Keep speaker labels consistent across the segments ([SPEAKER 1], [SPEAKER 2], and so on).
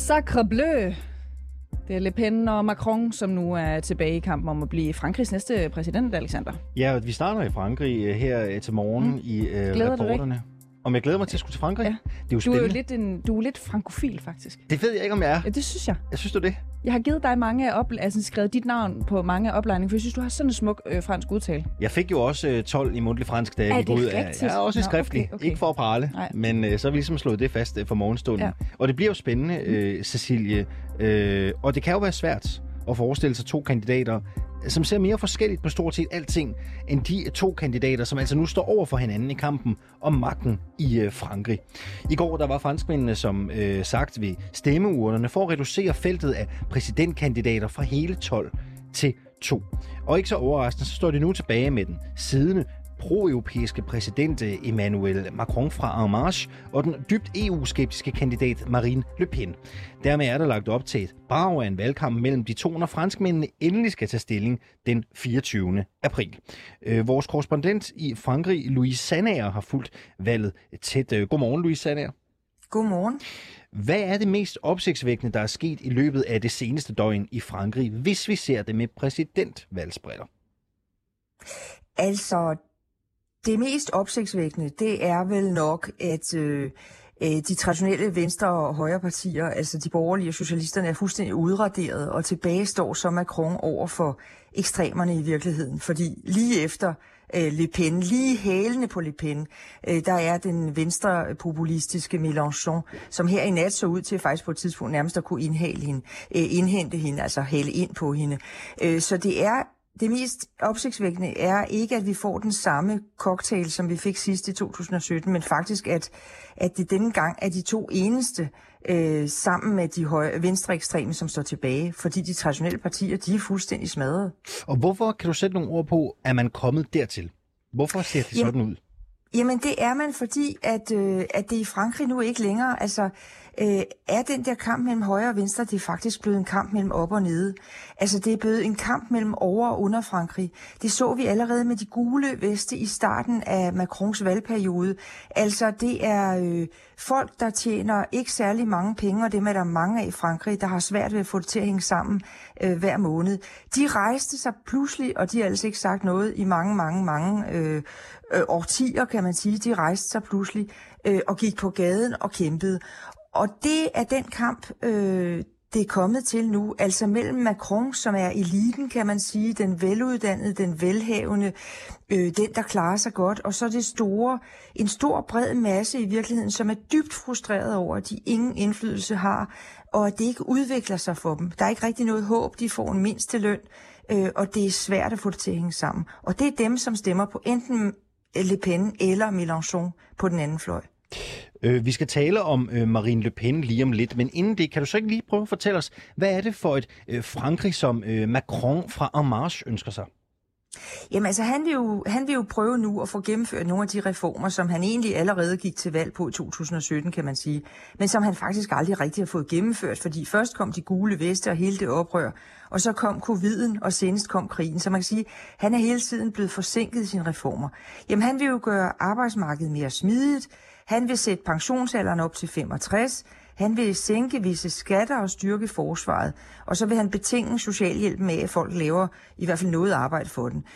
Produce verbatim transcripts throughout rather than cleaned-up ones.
[SPEAKER 1] Sacre bleu! Det er Le Pen og Macron, som nu er tilbage i kampen om at blive Frankrigs næste præsident, Alexander.
[SPEAKER 2] Ja, vi starter i Frankrig her til morgen mm. i uh, reporterne. Om jeg glæder mig til at skulle til Frankrig?
[SPEAKER 1] Ja.
[SPEAKER 2] Det er jo
[SPEAKER 1] du
[SPEAKER 2] spændende.
[SPEAKER 1] er jo lidt, en, du er lidt frankofil, faktisk.
[SPEAKER 2] Det ved jeg ikke, om jeg er.
[SPEAKER 1] Ja, det synes jeg.
[SPEAKER 2] Jeg synes du det? Jeg
[SPEAKER 1] har givet dig mange op, altså skrevet dit navn på mange oplejninger, for jeg synes, du har sådan en smuk øh, fransk udtale.
[SPEAKER 2] Jeg fik jo også øh, tolv i mundtlig fransk, da jeg gik ud af. Jeg er også skriftlig. Okay, okay. Ikke for at prale, Nej. men øh, så har vi ligesom slået det fast øh, for morgenstunden. Ja. Og det bliver jo spændende, øh, Cecilie. Øh, og det kan jo være svært at forestille sig to kandidater, som ser mere forskelligt på stort set alting, end de to kandidater, som altså nu står over for hinanden i kampen om magten i øh, Frankrig. I går der var franskmændene, som øh, sagt, ved stemmeurnerne for at reducere feltet af præsidentkandidater fra hele tolv til to. Og ikke så overraskende, så står de nu tilbage med den siddende pro-europæiske præsident Emmanuel Macron fra En Marche og den dybt E U-skeptiske kandidat Marine Le Pen. Dermed er der lagt op til et brag af en valgkamp mellem de to, når franskmændene endelig skal tage stilling den fireogtyvende april. Vores korrespondent i Frankrig, Louise Sandager, har fulgt valget tæt. Godmorgen, Louise Sandager.
[SPEAKER 3] Godmorgen.
[SPEAKER 2] Hvad er det mest opsigtsvækkende, der er sket i løbet af det seneste døgn i Frankrig, hvis vi ser det med præsidentvalgsbriller?
[SPEAKER 3] Altså, det mest opsigtsvækkende, det er vel nok, at øh, de traditionelle venstre- og højrepartier, altså de borgerlige og socialisterne, er fuldstændig udraderet, og tilbage står så Macron over for ekstremerne i virkeligheden. Fordi lige efter øh, Le Pen, lige hælende på Le Pen, øh, der er den venstre populistiske Mélenchon, som her i nat så ud til faktisk på et tidspunkt nærmest at kunne indhale hende, øh, indhente hende, altså hale ind på hende. Øh, så det er Det mest opsigtsvækkende er ikke, at vi får den samme cocktail, som vi fik sidst i to tusind og sytten, men faktisk, at, at det denne gang er de to eneste øh, sammen med de højre, venstre ekstreme, som står tilbage, fordi de traditionelle partier, de er fuldstændig smadret.
[SPEAKER 2] Og hvorfor, kan du sætte nogle ord på, at man kommet dertil? Hvorfor ser det sådan ud?
[SPEAKER 3] Jamen, det er man, fordi at, øh, at det i Frankrig nu ikke længere, altså øh, er den der kamp mellem højre og venstre, det er faktisk blevet en kamp mellem op og nede. Altså, det er blevet en kamp mellem over og under Frankrig. Det så vi allerede med de gule veste i starten af Macrons valgperiode. Altså, det er øh, folk, der tjener ikke særlig mange penge, og dem er der mange af i Frankrig, der har svært ved at få det til at hænge sammen øh, hver måned. De rejste sig pludselig, og de har altså ikke sagt noget i mange, mange, mange øh, øh, årtier, kan man sige. De rejste sig pludselig øh, og gik på gaden og kæmpede. Og det er den kamp, øh, det er kommet til nu, altså mellem Macron, som er eliten, kan man sige, den veluddannede, den velhavende, øh, den, der klarer sig godt, og så det store, en stor bred masse i virkeligheden, som er dybt frustreret over, at de ingen indflydelse har, og at det ikke udvikler sig for dem. Der er ikke rigtig noget håb, de får en mindsteløn, øh, og det er svært at få det til at hænge sammen. Og det er dem, som stemmer på enten Le Pen eller Mélenchon på den anden fløj.
[SPEAKER 2] Vi skal tale om øh, Marine Le Pen lige om lidt, men inden det, kan du så ikke lige prøve at fortælle os, hvad er det for et øh, Frankrig, som øh, Macron fra En Marche ønsker sig?
[SPEAKER 3] Jamen altså, han vil, jo, han vil jo prøve nu at få gennemført nogle af de reformer, som han egentlig allerede gik til valg på i to tusind og sytten, kan man sige, men som han faktisk aldrig rigtig har fået gennemført, fordi først kom de gule veste og hele det oprør, og så kom coviden, og senest kom krigen. Så man kan sige, at han er hele tiden blevet forsinket i sine reformer. Jamen, han vil jo gøre arbejdsmarkedet mere smidigt, han vil sætte pensionsalderen op til femogtres, han vil sænke visse skatter og styrke forsvaret, og så vil han betinge socialhjælpen med, at folk laver i hvert fald noget arbejde for den.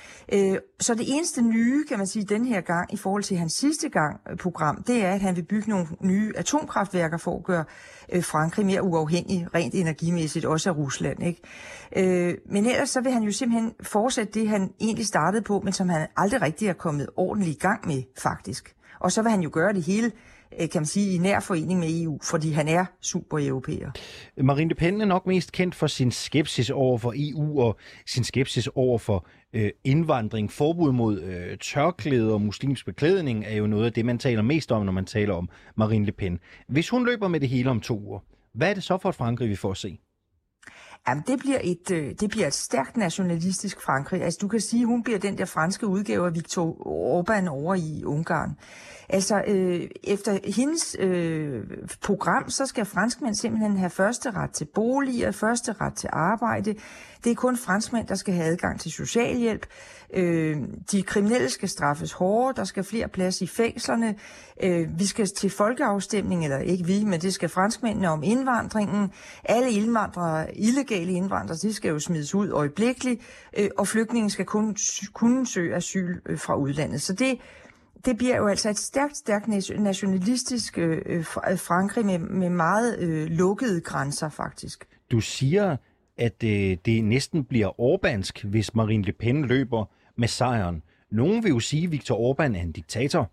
[SPEAKER 3] Så det eneste nye, kan man sige, den her gang, i forhold til hans sidste gang program, det er, at han vil bygge nogle nye atomkraftværker for at gøre Frankrig mere uafhængig, rent energimæssigt, også af Rusland, ikke? Men ellers så vil han jo simpelthen fortsætte det, han egentlig startede på, men som han aldrig rigtig er kommet ordentligt i gang med, faktisk. Og så vil han jo gøre det hele, kan man sige, i nær forening med E U, fordi han er super-europæer.
[SPEAKER 2] Marine Le Pen er nok mest kendt for sin skepsis over for E U og sin skepsis over for øh, indvandring. Forbud mod øh, tørklæder og muslimsk beklædning er jo noget af det, man taler mest om, når man taler om Marine Le Pen. Hvis hun løber med det hele om to uger, hvad er det så for et Frankrig, vi får at se?
[SPEAKER 3] Jamen, det bliver, et, det bliver et stærkt nationalistisk Frankrig. Altså, du kan sige, at hun bliver den der franske udgave af Viktor Orbán over i Ungarn. Altså, øh, efter hendes øh, program, så skal franskmænd simpelthen have første ret til boliger, første ret til arbejde. Det er kun franskmænd, der skal have adgang til socialhjælp. Øh, de kriminelle skal straffes hårdere, der skal flere plads i fængslerne. Øh, vi skal til folkeafstemning, eller ikke vi, men det skal franskmændene om indvandringen. Alle indvandrere, illegale indvandrere, de skal jo smides ud øjeblikkeligt, øh, og flygtningen skal kun kunne søge asyl øh, fra udlandet. Så det Det bliver jo altså et stærkt, stærkt nationalistisk øh, Frankrig med, med meget øh, lukkede grænser, faktisk.
[SPEAKER 2] Du siger, at øh, det næsten bliver Orbánsk, hvis Marine Le Pen løber med sejren. Nogen vil jo sige, at Viktor Orbán er en diktator.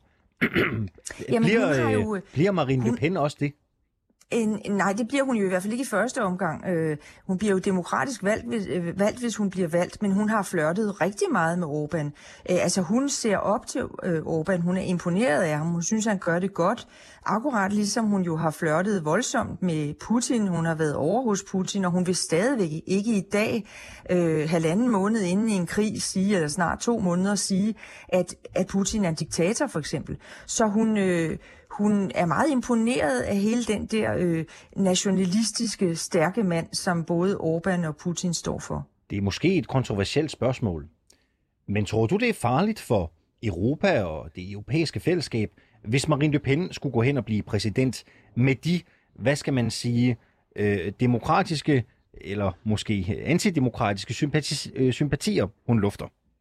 [SPEAKER 3] Jamen,
[SPEAKER 2] bliver,
[SPEAKER 3] jo,
[SPEAKER 2] øh, bliver Marine hun... Le Pen også det?
[SPEAKER 3] En, nej, det bliver hun jo i hvert fald ikke i første omgang. Øh, hun bliver jo demokratisk valgt hvis, øh, valgt, hvis hun bliver valgt, men hun har flirtet rigtig meget med Orbán. Øh, altså, hun ser op til øh, Orbán. Hun er imponeret af ham. Hun synes, han gør det godt. Akkurat ligesom hun jo har flirtet voldsomt med Putin. Hun har været over hos Putin, og hun vil stadigvæk ikke i dag, øh, halvanden måned inden i en krig, sige, eller snart to måneder sige, at, at Putin er en diktator, for eksempel. Så hun... Øh, Hun er meget imponeret af hele den der øh, nationalistiske, stærke mand, som både Orbán og Putin står for.
[SPEAKER 2] Det er måske et kontroversielt spørgsmål. Men tror du, det er farligt for Europa og det europæiske fællesskab, hvis Marine Le Pen skulle gå hen og blive præsident med de, hvad skal man sige, øh, demokratiske eller måske antidemokratiske sympati- øh, sympatier, hun lufter?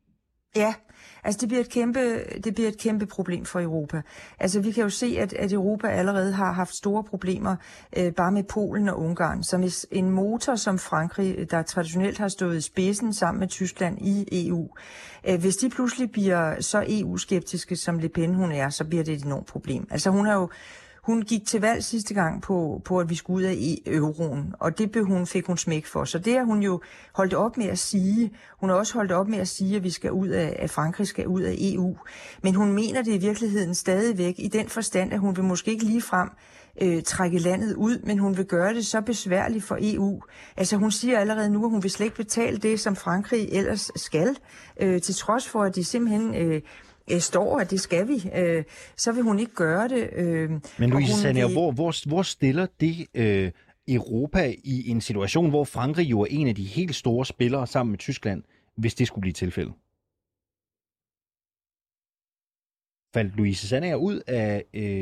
[SPEAKER 3] Ja, altså det bliver et kæmpe, det bliver et kæmpe problem for Europa. Altså vi kan jo se, at, at Europa allerede har haft store problemer øh, bare med Polen og Ungarn. Som en motor som Frankrig, der traditionelt har stået i spidsen sammen med Tyskland i E U. Øh, hvis de pludselig bliver så E U-skeptiske, som Le Pen hun er, så bliver det et enormt problem. Altså hun har jo Hun gik til valg sidste gang på, på, at vi skulle ud af euroen, og det hun, fik hun smæk for. Så det har hun jo holdt op med at sige. Hun har også holdt op med at sige, at vi skal ud af, at Frankrig skal ud af E U. Men hun mener det i virkeligheden stadigvæk i den forstand, at hun vil måske ikke ligefrem øh, trække landet ud, men hun vil gøre det så besværligt for E U. Altså hun siger allerede nu, at hun vil slet ikke betale det, som Frankrig ellers skal, øh, til trods for, at de simpelthen... Øh, står, at det skal vi, øh, så vil hun ikke gøre det. Øh,
[SPEAKER 2] Men Louise Sandager, vil... hvor, hvor, hvor stiller det øh, Europa i en situation, hvor Frankrig jo er en af de helt store spillere sammen med Tyskland, hvis det skulle blive tilfældet? Faldt Louise Sandager ud af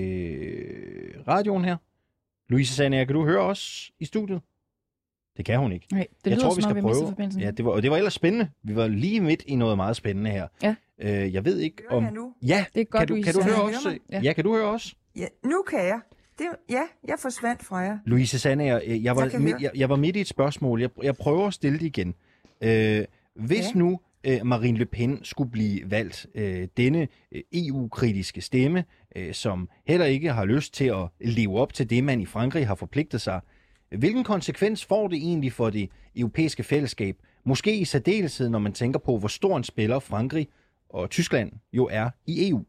[SPEAKER 2] øh, radioen her? Louise Sandager, kan du høre os i studiet? Det kan hun ikke.
[SPEAKER 1] Nej, det lyder,
[SPEAKER 2] jeg tror, vi skal
[SPEAKER 1] vi
[SPEAKER 2] prøve. Ja, det var, og det var ellers spændende. Vi var lige midt i noget meget spændende her.
[SPEAKER 1] Ja.
[SPEAKER 2] Øh, jeg ved ikke
[SPEAKER 3] om...
[SPEAKER 2] Hører
[SPEAKER 3] jeg nu?
[SPEAKER 2] Ja,
[SPEAKER 1] det er godt,
[SPEAKER 2] kan du, kan du høre os? Ja. ja, kan du høre os?
[SPEAKER 3] Ja, nu kan jeg. Det, ja, jeg forsvandt fra jer.
[SPEAKER 2] Louise Sandager, jeg var, jeg, midt, jeg, jeg var midt i et spørgsmål. Jeg, jeg prøver at stille det igen. Øh, hvis ja. nu øh, Marine Le Pen skulle blive valgt, øh, denne øh, E U-kritiske stemme, øh, som heller ikke har lyst til at leve op til det, man i Frankrig har forpligtet sig. Hvilken konsekvens får det egentlig for det europæiske fællesskab? Måske i særdeleshed, når man tænker på, hvor stor en spiller Frankrig og Tyskland jo er i E U.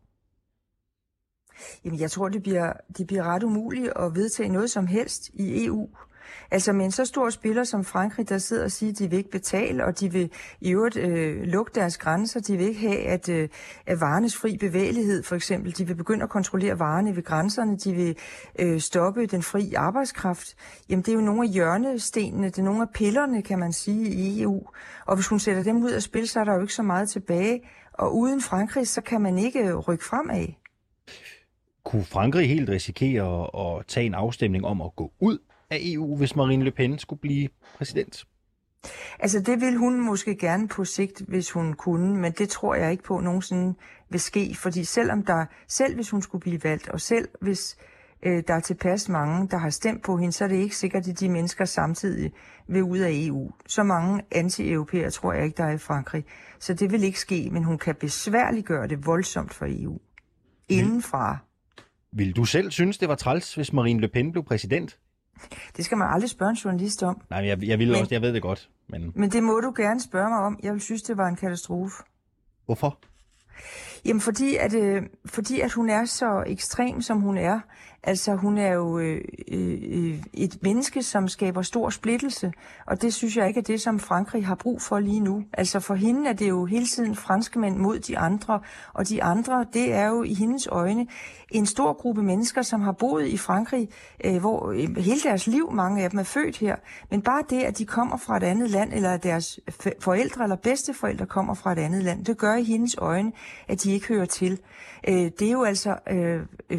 [SPEAKER 3] Jamen, jeg tror, det bliver, det bliver ret umuligt at vedtage noget som helst i E U. Altså med en så stor spiller som Frankrig, der sidder og siger, at de vil ikke betale, og de vil i øvrigt øh, lukke deres grænser. De vil ikke have, at, øh, at varenes fri bevægelighed, for eksempel, de vil begynde at kontrollere varerne ved grænserne. De vil øh, stoppe den fri arbejdskraft. Jamen det er jo nogle af hjørnestenene, det er nogle af pillerne, kan man sige, i E U. Og hvis hun sætter dem ud af spil, så er der jo ikke så meget tilbage. Og uden Frankrig, så kan man ikke rykke fremad.
[SPEAKER 2] Kunne Frankrig helt risikere at tage en afstemning om at gå ud af E U, hvis Marine Le Pen skulle blive præsident?
[SPEAKER 3] Altså det vil hun måske gerne på sigt, hvis hun kunne, men det tror jeg ikke på nogensinde vil ske, fordi selvom der, selv hvis hun skulle blive valgt, og selv hvis øh, der er tilpas mange, der har stemt på hende, så er det ikke sikkert, at de mennesker samtidig vil ud af E U. Så mange anti-europæere tror jeg ikke, der er i Frankrig. Så det vil ikke ske, men hun kan besværligt gøre det voldsomt for E U. Indenfra.
[SPEAKER 2] Vil du selv synes, det var træls, hvis Marine Le Pen blev præsident?
[SPEAKER 3] Det skal man aldrig spørge en journalist om.
[SPEAKER 2] Nej, jeg, jeg vil men, også, jeg ved det godt. Men...
[SPEAKER 3] men det må du gerne spørge mig om. Jeg vil synes, det var en katastrofe.
[SPEAKER 2] Hvorfor?
[SPEAKER 3] Jamen fordi at, øh, fordi at hun er så ekstrem, som hun er. Altså, hun er jo øh, øh, et menneske, som skaber stor splittelse, og det synes jeg ikke er det, som Frankrig har brug for lige nu. Altså, for hende er det jo hele tiden franskmænd mod de andre, og de andre, det er jo i hendes øjne en stor gruppe mennesker, som har boet i Frankrig, øh, hvor øh, hele deres liv, mange af dem er født her, men bare det, at de kommer fra et andet land, eller deres forældre eller bedsteforældre kommer fra et andet land, det gør i hendes øjne, at de ikke hører til. Øh, det er jo altså øh,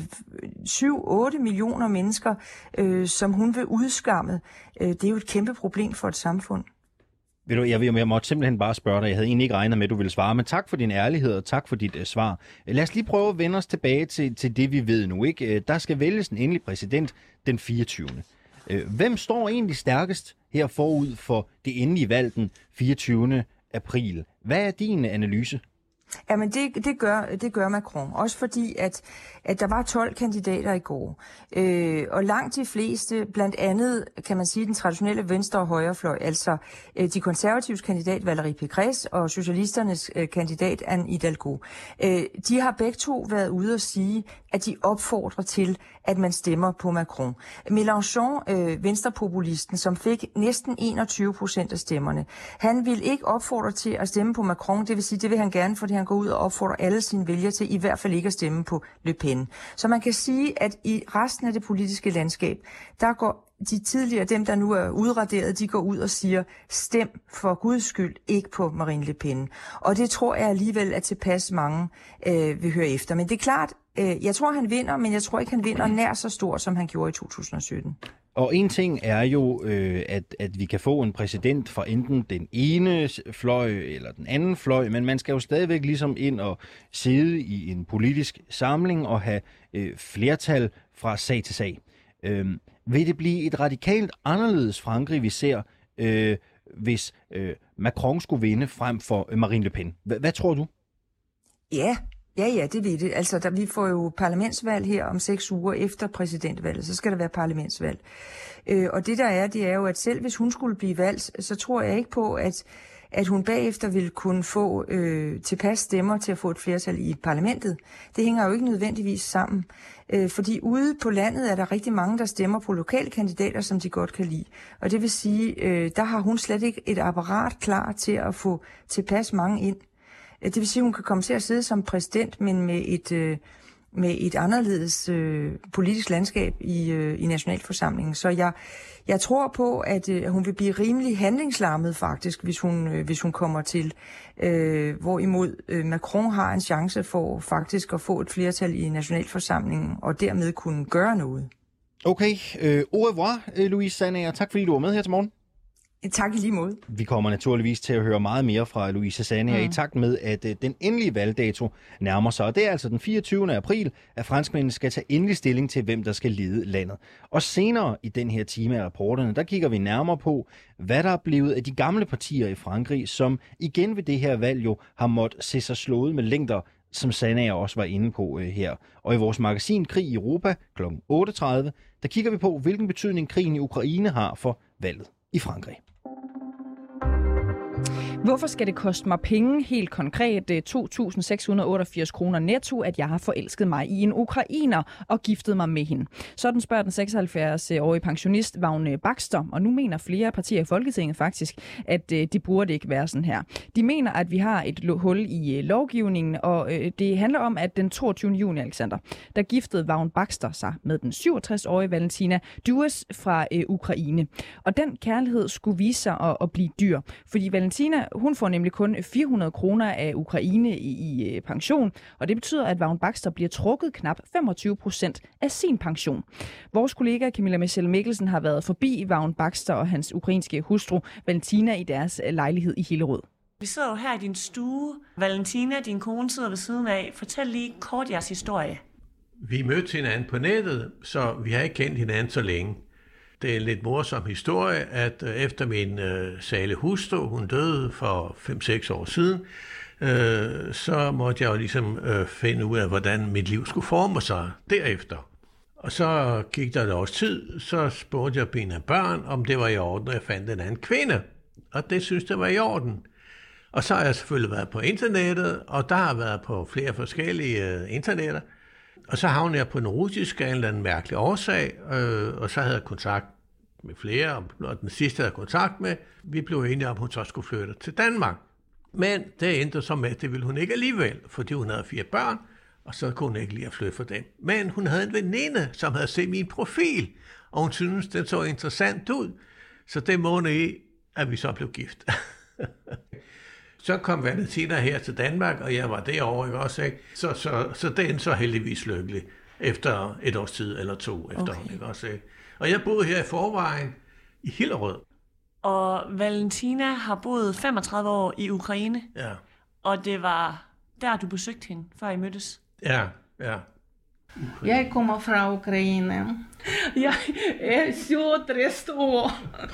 [SPEAKER 3] syv otte millioner mennesker, øh, som hun vil udskamme. Øh, det er jo et kæmpe problem for et samfund.
[SPEAKER 2] Ved du, jeg, jeg måtte simpelthen bare spørge dig. Jeg havde egentlig ikke regnet med, at du ville svare, men tak for din ærlighed, og tak for dit uh, svar. Lad os lige prøve at vende os tilbage til, til det, vi ved nu. Ikke? Der skal vælges en endelig præsident den fireogtyvende Hvem står egentlig stærkest her forud for det endelige valg den fireogtyvende april? Hvad er din analyse?
[SPEAKER 3] Jamen det, det, gør, det gør Macron, også fordi, at, at der var tolv kandidater i går, øh, og langt de fleste, blandt andet, kan man sige, den traditionelle venstre- og højrefløj, altså øh, de konservatives kandidat Valérie Pécresse og socialisternes øh, kandidat Anne Hidalgo, øh, de har begge to været ude at sige, at de opfordrer til, at man stemmer på Macron. Mélenchon, øh, venstrepopulisten, som fik næsten enogtyve procent af stemmerne, han vil ikke opfordre til at stemme på Macron, det vil sige, det vil han gerne, fordi han går ud og opfordrer alle sine vælgere til i hvert fald ikke at stemme på Le Pen. Så man kan sige, at i resten af det politiske landskab, der går de tidligere, dem der nu er udraderet, de går ud og siger, stem for Guds skyld ikke på Marine Le Pen. Og det tror jeg alligevel, at tilpas mange øh, vil høre efter. Men det er klart, øh, jeg tror han vinder, men jeg tror ikke han vinder nær så stor, som han gjorde i to tusind og sytten.
[SPEAKER 2] Og en ting er jo, øh, at, at vi kan få en præsident fra enten den ene fløj eller den anden fløj, men man skal jo stadigvæk ligesom ind og sidde i en politisk samling og have øh, flertal fra sag til sag. Øh, vil det blive et radikalt anderledes Frankrig, vi ser, øh, hvis øh, Macron skulle vinde frem for øh, Marine Le Pen? H- hvad tror du?
[SPEAKER 3] Ja, Ja, ja, det ved det. Altså, der, vi får jo parlamentsvalg her om seks uger efter præsidentvalget, så skal der være parlamentsvalg. Øh, og det der er, det er jo, at selv hvis hun skulle blive valgt, så tror jeg ikke på, at, at hun bagefter vil kunne få øh, tilpas stemmer til at få et flertal i parlamentet. Det hænger jo ikke nødvendigvis sammen. Øh, fordi ude på landet er der rigtig mange, der stemmer på lokale kandidater, som de godt kan lide. Og det vil sige, øh, der har hun slet ikke et apparat klar til at få tilpas mange ind. Det vil sige, at hun kan komme til at sidde som præsident, men med et, øh, med et anderledes øh, politisk landskab i, øh, i nationalforsamlingen. Så jeg, jeg tror på, at øh, hun vil blive rimelig handlingslammet faktisk, hvis hun, øh, hvis hun kommer til. Øh, hvorimod øh, Macron har en chance for faktisk at få et flertal i nationalforsamlingen, og dermed kunne gøre noget.
[SPEAKER 2] Okay, øh, au revoir, Louise Sandager. Tak fordi du var med her til morgen.
[SPEAKER 3] Tak i lige måde.
[SPEAKER 2] Vi kommer naturligvis til at høre meget mere fra Louise Sandager mm. i takt med, at uh, den endelige valgdato nærmer sig. Og det er altså den fireogtyvende april, at franskmændene skal tage endelig stilling til, hvem der skal lede landet. Og senere i den her time af rapporterne, der kigger vi nærmere på, hvad der er blevet af de gamle partier i Frankrig, som igen ved det her valg jo har måttet se sig slået med længder, som Sandager også var inde på uh, her. Og i vores magasin Krig i Europa kl. otte tredive, der kigger vi på, hvilken betydning krigen i Ukraine har for valget i Frankrig.
[SPEAKER 1] Hvorfor skal det koste mig penge, helt konkret to tusind seks hundrede otteogfirs kroner netto, at jeg har forelsket mig i en ukrainer og giftet mig med hende? Sådan spørger den seksoghalvfjerds-årige pensionist Vagn Baxter, og nu mener flere partier i Folketinget faktisk, at det burde ikke være sådan her. De mener, at vi har et hul i lovgivningen, og det handler om, at den toogtyvende juni, Alexander, der giftede Vagn Baxter sig med den syvogtres-årige Valentina Dues fra Ukraine. Og den kærlighed skulle vise sig at, at blive dyr, fordi Valentina, hun får nemlig kun fire hundrede kroner af Ukraine i, i pension, og det betyder, at Vagn Baxter bliver trukket knap femogtyve procent af sin pension. Vores kollega Camilla Michelle Mikkelsen har været forbi Vagn Baxter og hans ukrainske hustru Valentina i deres lejlighed i Hillerød.
[SPEAKER 4] Vi sidder jo her i din stue. Valentina, din kone, sidder ved siden af. Fortæl lige kort jeres historie.
[SPEAKER 5] Vi mødte hinanden på nettet, så vi har ikke kendt hinanden så længe. Det er en lidt morsom historie, at efter min øh, sale hustru, hun døde for fem seks år siden, øh, så måtte jeg jo ligesom øh, finde ud af, hvordan mit liv skulle forme sig derefter. Og så gik der et års tid, så spurgte jeg mine børn, om det var i orden, og jeg fandt en anden kvinde. Og det synes det var i orden. Og så har jeg selvfølgelig været på internettet, og der har været på flere forskellige øh, internetter. Og så havnede jeg på den russiske af en eller anden mærkelig årsag, øh, og så havde jeg kontakt med flere, og den sidste havde jeg kontakt med. Vi blev enige om, at hun så skulle flytte til Danmark. Men det endte så med, at det ville hun ikke alligevel, fordi hun havde fire børn, og så kunne hun ikke lide at flytte for dem. Men hun havde en veninde, som havde set min profil, og hun syntes, den så interessant ud. Så det måned i, at vi så blev gift. Så kom Valentina her til Danmark, og jeg var derovre, ikke også, ikke? Så, så, så det endte så heldigvis lykkelig efter et års tid eller to efter, okay. Ikke også, ikke? Og jeg boede her i forvejen i Hillerød.
[SPEAKER 4] Og Valentina har boet femogtredive år i Ukraine.
[SPEAKER 5] Ja.
[SPEAKER 4] Og det var der, du besøgte hende, før I mødtes.
[SPEAKER 5] Ja, ja.
[SPEAKER 6] Jeg kommer fra Ukraine. Jeg er syvogtres år.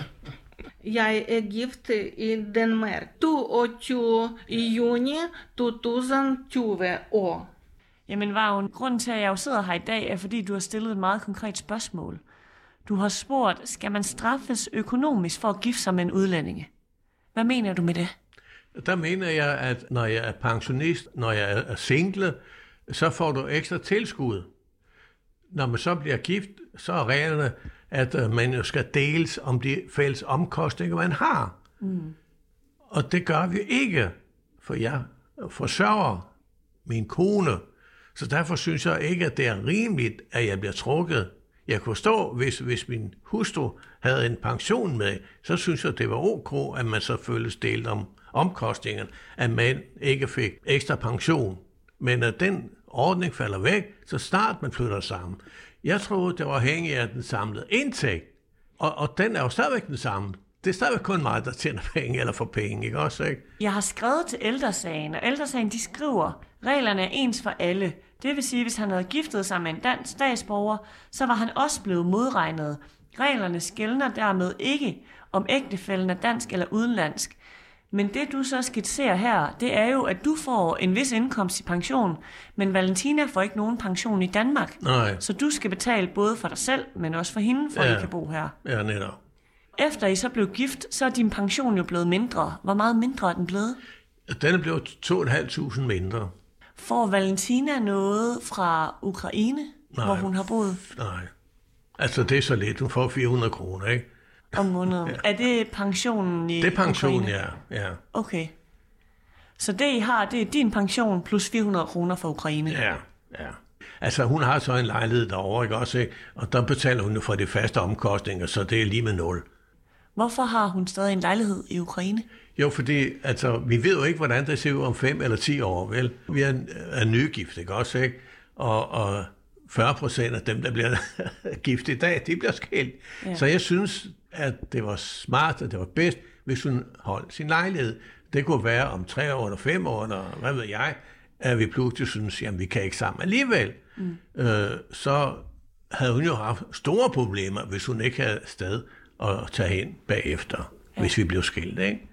[SPEAKER 6] Jeg er gift i Danmark toogtyvende juni to tusind tyve år.
[SPEAKER 4] Jamen Vagn, grunden til, at jeg jo sidder her i dag, er, fordi du har stillet et meget konkret spørgsmål. Du har spurgt, skal man straffes økonomisk for at gifte sig med en udlændinge? Hvad mener du med det?
[SPEAKER 5] Der mener jeg, at når jeg er pensionist, når jeg er single, så får du ekstra tilskud. Når man så bliver gift, så er reglerne, at man jo skal deles om de fælles omkostninger, man har. Mm. Og det gør vi ikke, for jeg forsørger min kone. Så derfor synes jeg ikke, at det er rimeligt, at jeg bliver trukket. Jeg kunne forstå, hvis, hvis min hustru havde en pension med, så synes jeg, det var ok, at man så føltes delt om omkostningerne, at man ikke fik ekstra pension. Men at den ordning falder væk, så snart man flytter sammen. Jeg troede, det var afhængigt af den samlede indtægt, og, og den er jo stadigvæk den samme. Det er stadigvæk kun mig, der tjener penge eller får penge, ikke også, ikke?
[SPEAKER 4] Jeg har skrevet til Ældresagen, og Ældresagen, de skriver, reglerne er ens for alle. Det vil sige, hvis han havde giftet sig med en dansk statsborger, så var han også blevet modregnet. Reglerne skelner dermed ikke, om ægtefællen er dansk eller udenlandsk. Men det, du så skitserer her, det er jo, at du får en vis indkomst i pension, men Valentina får ikke nogen pension i Danmark.
[SPEAKER 5] Nej.
[SPEAKER 4] Så du skal betale både for dig selv, men også for hende, for ja. I kan bo her.
[SPEAKER 5] Ja, netop.
[SPEAKER 4] Efter I så blev gift, så er din pension jo blevet mindre. Hvor meget mindre er den blevet?
[SPEAKER 5] Den er blevet to og et halvt tusind mindre.
[SPEAKER 4] Får Valentina noget fra Ukraine, nej, hvor hun har boet?
[SPEAKER 5] Nej. Altså, det er så lidt. Hun får fire hundrede kroner, ikke?
[SPEAKER 4] Om måneden. Ja. Er det pensionen i
[SPEAKER 5] Det er pensionen,
[SPEAKER 4] Ukraine?
[SPEAKER 5] ja. ja.
[SPEAKER 4] Okay. Så det, I har, det er din pension plus fire hundrede kroner fra Ukraine?
[SPEAKER 5] Ja, ja. Altså, hun har så en lejlighed derovre, ikke også, ikke? Og der betaler hun jo for de faste omkostninger, så det er lige med nul.
[SPEAKER 4] Hvorfor har hun stadig en lejlighed i Ukraine?
[SPEAKER 5] Jo, fordi altså, vi ved jo ikke, hvordan det ser ud om fem eller ti år, vel? Vi er, er nygift, ikke også, ikke? Og, og fyrre procent af dem, der bliver gift i dag, de bliver skilt. Ja. Så jeg synes, at det var smart, og det var bedst, hvis hun holdt sin lejlighed. Det kunne være om tre år eller fem år, eller hvad ved jeg, at vi pludselig synes, jamen vi kan ikke sammen alligevel. Mm. Øh, så havde hun jo haft store problemer, hvis hun ikke havde sted at tage hen bagefter, ja. Hvis vi blev skilt, ikke?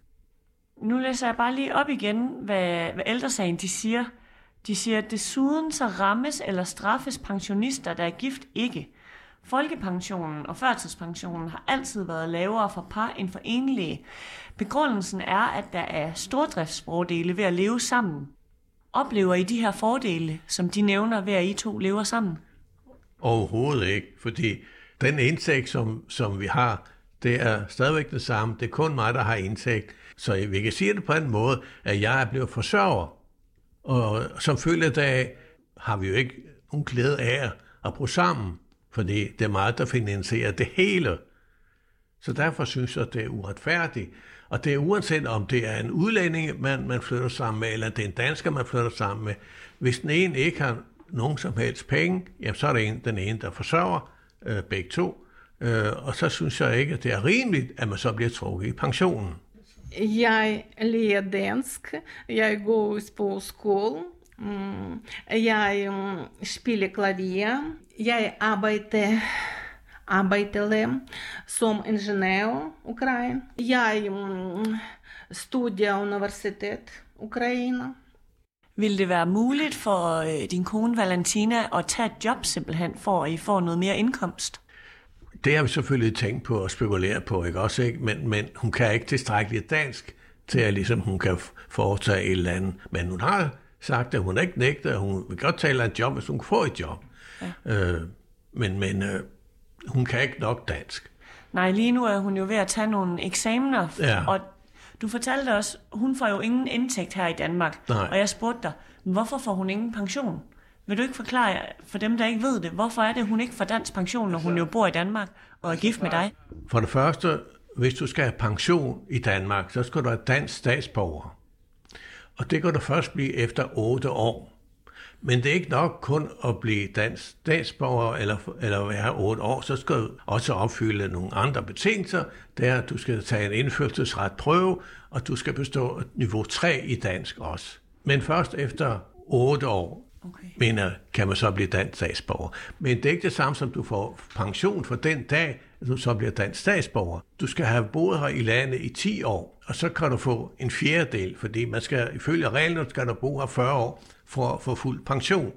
[SPEAKER 4] Nu læser jeg bare lige op igen, hvad, hvad Ældresagen de siger. De siger, at desuden så rammes eller straffes pensionister, der er gift, ikke. Folkepensionen og førtidspensionen har altid været lavere for par end for enlige. Begrundelsen er, at der er stordriftsfordele ved at leve sammen. Oplever I de her fordele, som de nævner ved, at I to lever sammen?
[SPEAKER 5] Overhovedet ikke, fordi den indtægt, som, som vi har, det er stadigvæk det samme. Det er kun mig, der har indtægt. Så vi kan sige det på en måde, at jeg er blevet forsørger. Og som følge af, har vi jo ikke nogen glæde af at bruge sammen, fordi det er meget, der finansierer det hele. Så derfor synes jeg, at det er uretfærdigt. Og det er uanset om det er en udlænding, man, man flytter sammen med, eller det er en dansker, man flytter sammen med. Hvis den ene ikke har nogen som helst penge, jamen, så er det en, den ene, der forsørger øh, begge to. Øh, og så synes jeg ikke, at det er rimeligt, at man så bliver trukket i pensionen.
[SPEAKER 6] Jeg lærer dansk. Jeg går på skole. Jeg spiller klaver. Jeg arbejder, arbejder som ingeniør i Ukraine. Jeg studerer universitet i Ukraine.
[SPEAKER 4] Vil det være muligt for din kone Valentina at tage et job simpelthen, for at I får noget mere indkomst?
[SPEAKER 5] Det har vi selvfølgelig tænkt på og spekulere på, ikke også, ikke? Men, men hun kan ikke tilstrækkeligt dansk til, at ligesom hun kan foretage et eller andet. Men hun har sagt, at hun ikke nægter, at hun vil godt tale af et job, hvis hun kan få et job. Ja. Øh, men men øh, hun kan ikke nok dansk.
[SPEAKER 4] Nej, lige nu er hun jo ved at tage nogle eksamener,
[SPEAKER 5] ja.
[SPEAKER 4] Og du fortalte også, hun får jo ingen indtægt her i Danmark.
[SPEAKER 5] Nej.
[SPEAKER 4] Og jeg spurgte dig, hvorfor får hun ingen pension? Vil du ikke forklare for dem, der ikke ved det, hvorfor er det, hun ikke får dansk pension, når hun jo bor i Danmark og er gift med dig?
[SPEAKER 5] For det første, hvis du skal have pension i Danmark, så skal du have dansk statsborger. Og det kan du først blive efter otte år. Men det er ikke nok kun at blive dansk statsborger eller, eller være otte år, så skal du også opfylde nogle andre betingelser. Det er, at du skal tage en indfødsret prøve, og du skal bestå niveau tre i dansk også. Men først efter otte år, okay. mener, kan man så blive dansk statsborger. Men det er ikke det samme, som du får pension for den dag, at du så bliver dansk statsborger. Du skal have boet her i landet i ti år, og så kan du få en fjerdedel, fordi man skal, ifølge reglerne skal du bo her fyrre år for at få fuld pension.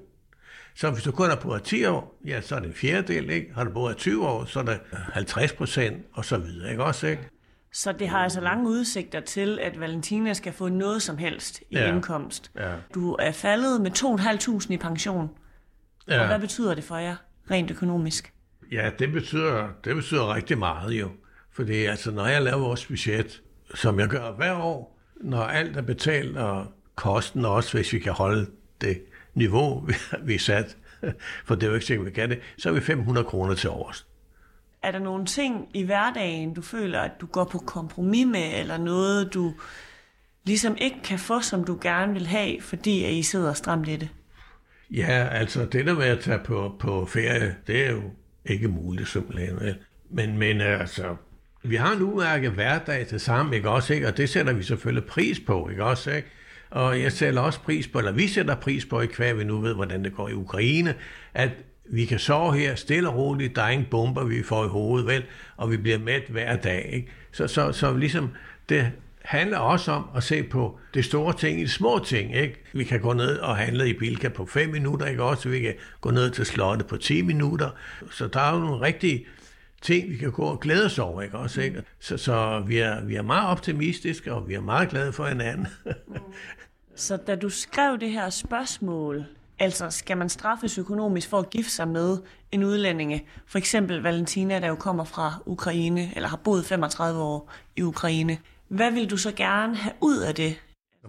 [SPEAKER 5] Så hvis du kun har boet ti år, ja, så er det en fjerdedel, ikke? Har du boet tyve år, så er det halvtreds procent, og så videre, ikke også, ikke?
[SPEAKER 4] Så det har altså lange udsigter til, at Valentina skal få noget som helst i
[SPEAKER 5] ja.
[SPEAKER 4] indkomst.
[SPEAKER 5] Ja.
[SPEAKER 4] Du er faldet med to tusind fem hundrede i pension. Ja. Og hvad betyder det for jer, rent økonomisk?
[SPEAKER 5] Ja, det betyder, det betyder rigtig meget jo. Fordi altså, når jeg laver vores budget, som jeg gør hver år, når alt er betalt, og kosten også, hvis vi kan holde det niveau, vi er sat, for det er jo ikke sikkert, vi kan det, så er vi fem hundrede kroner til overs.
[SPEAKER 4] Er der nogle ting i hverdagen, du føler, at du går på kompromis med, eller noget, du ligesom ikke kan få, som du gerne vil have, fordi at I sidder stramt i det?
[SPEAKER 5] Ja, altså det der med at tage på, på ferie, det er jo ikke muligt simpelthen. Men, men altså, vi har en udmærket hverdag til sammen, ikke også, ikke? Og det sætter vi selvfølgelig pris på, ikke også, ikke? Og jeg sætter også pris på, eller vi sætter pris på, i hver vi nu ved, hvordan det går i Ukraine, at vi kan sove her stille og roligt, der er ingen bomber, vi får i hovedet, vel, og vi bliver mæt hver dag, ikke? Så, så, så ligesom, det handler også om at se på det store ting i de små ting, ikke? Vi kan gå ned og handle i Bilka på fem minutter, ikke også? Vi kan gå ned til slottet på ti minutter, så der er jo nogle rigtige ting, vi kan gå og glæde os over, ikke også, ikke? Så, så vi, er, vi er meget optimistiske, og vi er meget glade for hinanden.
[SPEAKER 4] Så da du skrev det her spørgsmål, altså skal man straffes økonomisk for at gifte sig med en udlændinge, for eksempel Valentina, der jo kommer fra Ukraine, eller har boet femogtredive år i Ukraine, hvad vil du så gerne have ud af det?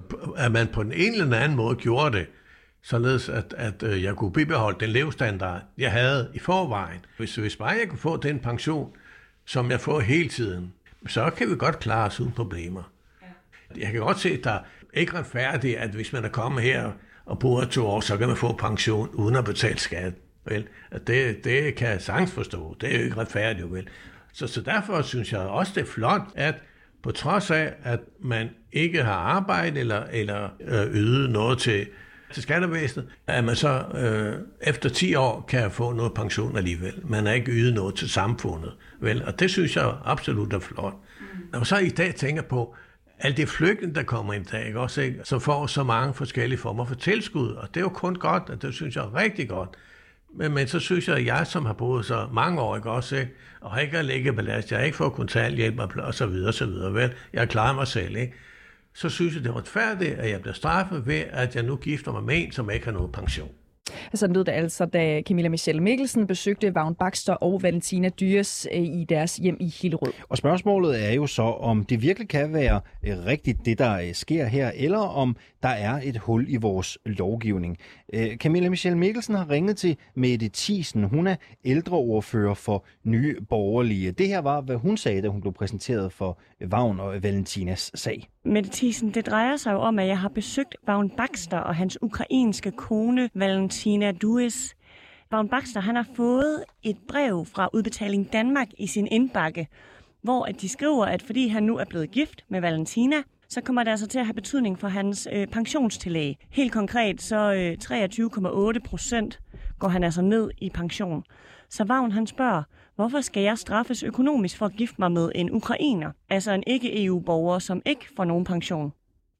[SPEAKER 5] At man på den ene eller anden måde gjorde det, således at, at jeg kunne bibeholde den levestandard, jeg havde i forvejen. Hvis, hvis bare jeg kunne få den pension, som jeg får hele tiden, så kan vi godt klare os uden problemer. Ja. Jeg kan godt se, at der ikke er retfærdigt, at hvis man er kommet her og bor to år, så kan man få pension uden at betale skat. Vel? Det, det kan jeg sagtens forstå. Det er jo ikke retfærdigt, vel? Så, så derfor synes jeg også, det er flot, at på trods af, at man ikke har arbejde eller, eller øh, ydet noget til, til skattevæsenet, at man så øh, efter ti år kan få noget pension alligevel. Man har ikke ydet noget til samfundet. Vel? Og det synes jeg absolut er flot. Når man så i dag tænker på, alt det flygtninge, der kommer ind i dag, ikke? Også, ikke? Så får så mange forskellige former for tilskud, og det er jo kun godt, og det synes jeg er rigtig godt. Men, men så synes jeg, at jeg, som har boet så mange år, ikke? Også, ikke? Og har ikke at lægge ballast, jeg har ikke fået kontanthjælp og så videre, så videre, vel? Jeg klarer mig selv, ikke? Så synes jeg, det er retfærdigt, at jeg bliver straffet ved, at jeg nu gifter mig med en, som ikke har noget pension.
[SPEAKER 1] Sådan lød det altså, da Camilla Michelle Mikkelsen besøgte Vagn Baxter og Valentina Dyres i deres hjem i Hillerød.
[SPEAKER 2] Og spørgsmålet er jo så, om det virkelig kan være rigtigt, det der sker her, eller om der er et hul i vores lovgivning. Camilla Michelle Mikkelsen har ringet til Mette Thiesen. Hun er ældreordfører for Nye Borgerlige. Det her var, hvad hun sagde, da hun blev præsenteret for Vagn og Valentinas sag.
[SPEAKER 4] Mette Thiesen, det drejer sig jo om, at jeg har besøgt Vagn Baxter og hans ukrainske kone Valentina Dyres. Vagn Baxter, han har fået et brev fra Udbetaling Danmark i sin indbakke, hvor de skriver, at fordi han nu er blevet gift med Valentina, så kommer det altså til at have betydning for hans øh, pensionstillæg. Helt konkret så øh, treogtyve komma otte procent går han altså ned i pension. Så Vagn, han spørger, hvorfor skal jeg straffes økonomisk for at gifte mig med en ukrainer, altså en ikke-E U-borger, som ikke får nogen pension?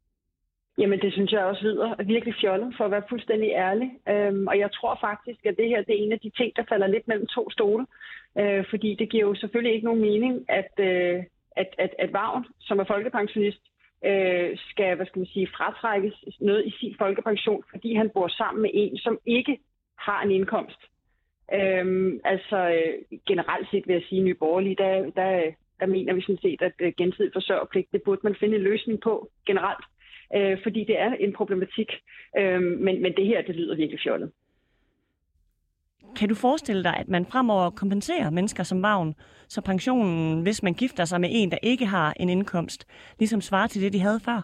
[SPEAKER 7] Jamen, det synes jeg også lyder virkelig fjollet, for at være fuldstændig ærlig. Øhm, og jeg tror faktisk, at det her det er en af de ting, der falder lidt mellem to stole. Øh, fordi det giver jo selvfølgelig ikke nogen mening, at, øh, at, at, at Vagn, som er folkepensionist, øh, skal, hvad skal man sige, fratrækkes noget i sin folkepension, fordi han bor sammen med en, som ikke har en indkomst. Øhm, altså øh, generelt set vil jeg sige, Nye Borgerlige, der, der, der mener vi sådan set, at øh, gensidig forsørgerpligt, det burde man finde en løsning på generelt, øh, fordi det er en problematik. Øh, men, men det her, det lyder virkelig fjollet.
[SPEAKER 4] Kan du forestille dig, at man fremover kompenserer mennesker som Vagn, så pensionen, hvis man gifter sig med en, der ikke har en indkomst, ligesom svarer til det, de havde før?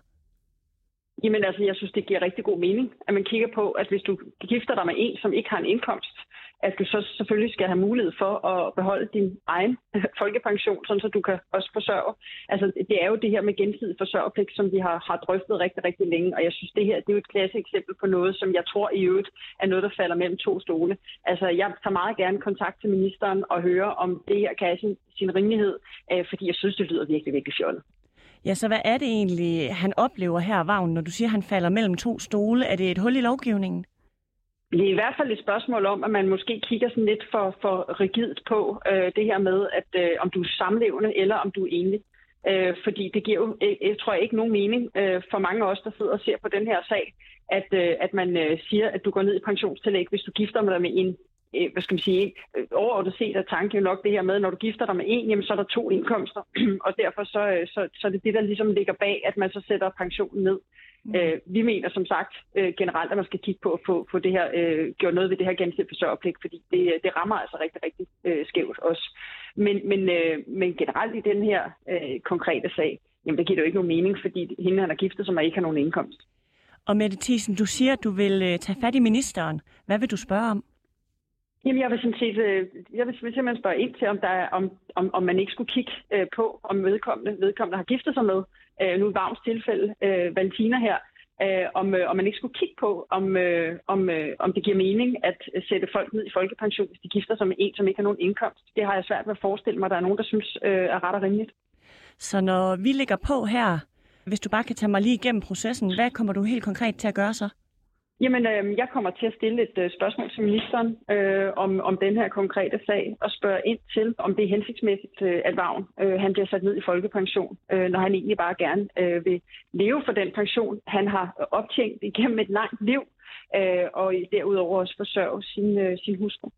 [SPEAKER 7] Jamen altså, jeg synes, det giver rigtig god mening, at man kigger på, at hvis du gifter dig med en, som ikke har en indkomst, at du så selvfølgelig skal have mulighed for at beholde din egen folkepension, sådan så du kan også forsørge. Altså, det er jo det her med gensidig forsørgerpligt, som vi har, har drøftet rigtig, rigtig længe, og jeg synes, det her det er jo et klasse eksempel på noget, som jeg tror i øvrigt er noget, der falder mellem to stole. Altså, jeg tager meget gerne kontakt til ministeren og hører, om det her kan have sin, sin rimelighed, øh, fordi jeg synes, det lyder virkelig, virkelig fjollet.
[SPEAKER 4] Ja, så hvad er det egentlig, han oplever her, Vagn, når du siger, at han falder mellem to stole? Er det et hul i lovgivningen?
[SPEAKER 7] Det er i hvert fald et spørgsmål om, at man måske kigger sådan lidt for, for rigidt på øh, det her med, at øh, om du er samlevende eller om du er enlig. Øh, fordi det giver jo, jeg, jeg tror ikke, nogen mening øh, for mange af os, der sidder og ser på den her sag, at, øh, at man øh, siger, at du går ned i pensionstillæg, hvis du gifter dig med en, øh, hvad skal man sige, øh, overordnet set er tanken jo nok det her med, når du gifter dig med en, jamen så er der to indkomster, og derfor så, øh, så, så er det det, der ligesom ligger bag, at man så sætter pensionen ned. Mm. Øh, vi mener som sagt øh, generelt, at man skal kigge på at få, få det her, øh, gjort noget ved det her gensidige forsørgerpligt, fordi det, det rammer altså rigtig, rigtig øh, skævt også. Men, men, øh, men generelt i den her øh, konkrete sag, jamen det giver jo ikke nogen mening, fordi hende han er giftet, som ikke har nogen indkomst.
[SPEAKER 4] Og Mette Thiesen, du siger, at du vil øh, tage fat i ministeren. Hvad vil du spørge om?
[SPEAKER 7] Jamen, jeg vil sådan set, øh, jeg vil simpelthen spørge ind til, om, der er, om, om, om man ikke skulle kigge øh, på, om vedkommende, vedkommende har giftet sig med, øh, nu i Vagns tilfælde, øh, Valentina her, øh, om, øh, om man ikke skulle kigge på, om, øh, om, øh, om det giver mening at sætte folk ned i folkepension, hvis de gifter sig med en, som ikke har nogen indkomst. Det har jeg svært ved at forestille mig, at der er nogen, der synes øh, er ret og rimeligt.
[SPEAKER 4] Så når vi ligger på her, hvis du bare kan tage mig lige igennem processen, hvad kommer du helt konkret til at gøre så?
[SPEAKER 7] Jamen, øh, jeg kommer til at stille et øh, spørgsmål til ministeren øh, om, om den her konkrete sag og spørge ind til, om det er hensigtsmæssigt, øh, at Vagn øh, han bliver sat ned i folkepension, øh, når han egentlig bare gerne øh, vil leve for den pension, han har optjent igennem et langt liv, øh, og derudover også forsørge sin, øh, sin hustru.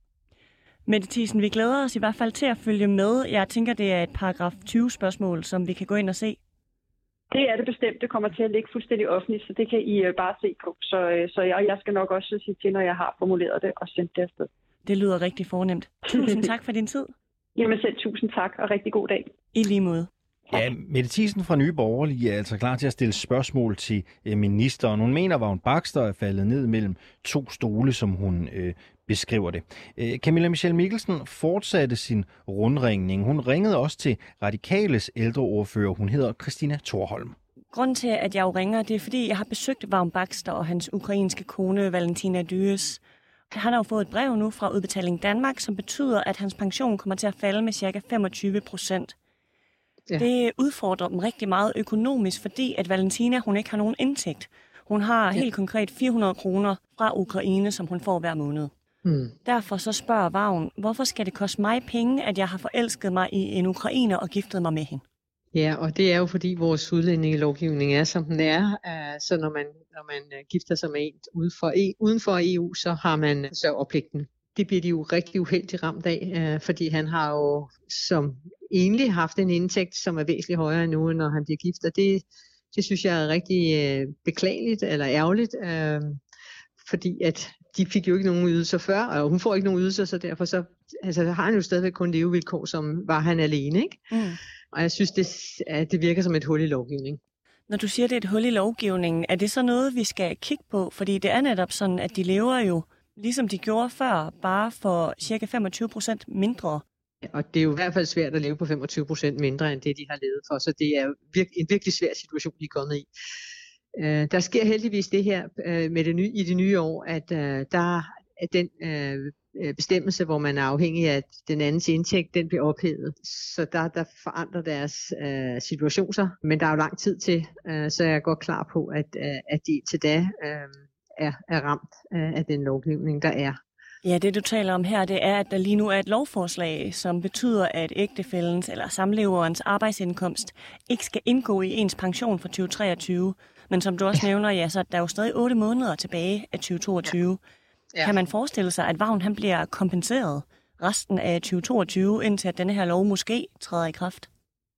[SPEAKER 4] Mette Thiesen, vi glæder os i hvert fald til at følge med. Jeg tænker, det er et paragraf tyve spørgsmål, som vi kan gå ind og se.
[SPEAKER 7] Det er det bestemt. Det kommer til at ligge fuldstændig offentligt, så det kan I bare se på. Så, så jeg, jeg skal nok også sige til, når jeg har formuleret det og sendt det afsted.
[SPEAKER 4] Det lyder rigtig fornemt. Tusind tak for din tid.
[SPEAKER 7] Jamen selv tusind tak, og rigtig god dag.
[SPEAKER 4] I lige måde.
[SPEAKER 2] Ja, Mette Thiesen fra Nye Borgerlige er altså klar til at stille spørgsmål til ministeren. Hun mener, at Vagn Baxter er faldet ned mellem to stole, som hun øh, beskriver det. Øh, Camilla Michelle Mikkelsen fortsatte sin rundringning. Hun ringede også til Radikales ældreordfører. Hun hedder Christina Thorholm.
[SPEAKER 4] Grunden til, at jeg jo ringer, det er, fordi jeg har besøgt Vagn Baxter og hans ukrainske kone Valentina Dyes. Han har jo fået et brev nu fra Udbetaling Danmark, som betyder, at hans pension kommer til at falde med ca. femogtyve procent. Ja. Det udfordrer dem rigtig meget økonomisk, fordi at Valentina hun ikke har nogen indtægt. Hun har ja. helt konkret fire hundrede kroner fra Ukraine, som hun får hver måned. Hmm. Derfor så spørger Vagn, hvorfor skal det koste mig penge, at jeg har forelsket mig i en ukrainer og giftet mig med hende?
[SPEAKER 8] Ja, og det er jo fordi vores udlændingelovgivning er, som den er. Så når man, når man gifter sig med en uden for, E, uden for E U, så har man forsørgerpligten. Det bliver de jo rigtig uheldigt ramt af, fordi han har jo som egentlig haft en indtægt, som er væsentligt højere nu, når han bliver gift. Og det, det synes jeg er rigtig beklageligt eller ærgerligt, fordi at de fik jo ikke nogen ydelser før, og hun får ikke nogen ydelser, så derfor så, altså, har han jo stadigvæk kun levevilkår, som var han alene, ikke? Mm. Og jeg synes, det, at det virker som et hul i lovgivningen.
[SPEAKER 4] Når du siger, det er et hul i lovgivningen, er det så noget, vi skal kigge på? Fordi det er netop sådan, at de lever jo, ligesom de gjorde før, bare for cirka femogtyve procent mindre.
[SPEAKER 8] Og det er jo i hvert fald svært at leve på femogtyve procent mindre, end det, de har levet for. Så det er virke, en virkelig svær situation, de er kommet i. Uh, der sker heldigvis det her uh, med det nye, i det nye år, at uh, der er den uh, bestemmelse, hvor man er afhængig af den andens indtægt, den bliver ophævet. Så der, der forandrer deres uh, situation sig, men der er jo lang tid til, uh, så jeg er godt klar på, at, uh, at de til da uh, er, er ramt uh, af den lovgivning, der er.
[SPEAKER 4] Ja, det du taler om her, det er, at der lige nu er et lovforslag, som betyder, at ægtefællens eller samleverens arbejdsindkomst ikke skal indgå i ens pension for tyve treogtyve. Men som du også ja. nævner, ja, så der er jo stadig otte måneder tilbage af tyve toogtyve. Ja. Ja. Kan man forestille sig, at Vagn han bliver kompenseret resten af tyve toogtyve, indtil at denne her lov måske træder i kraft?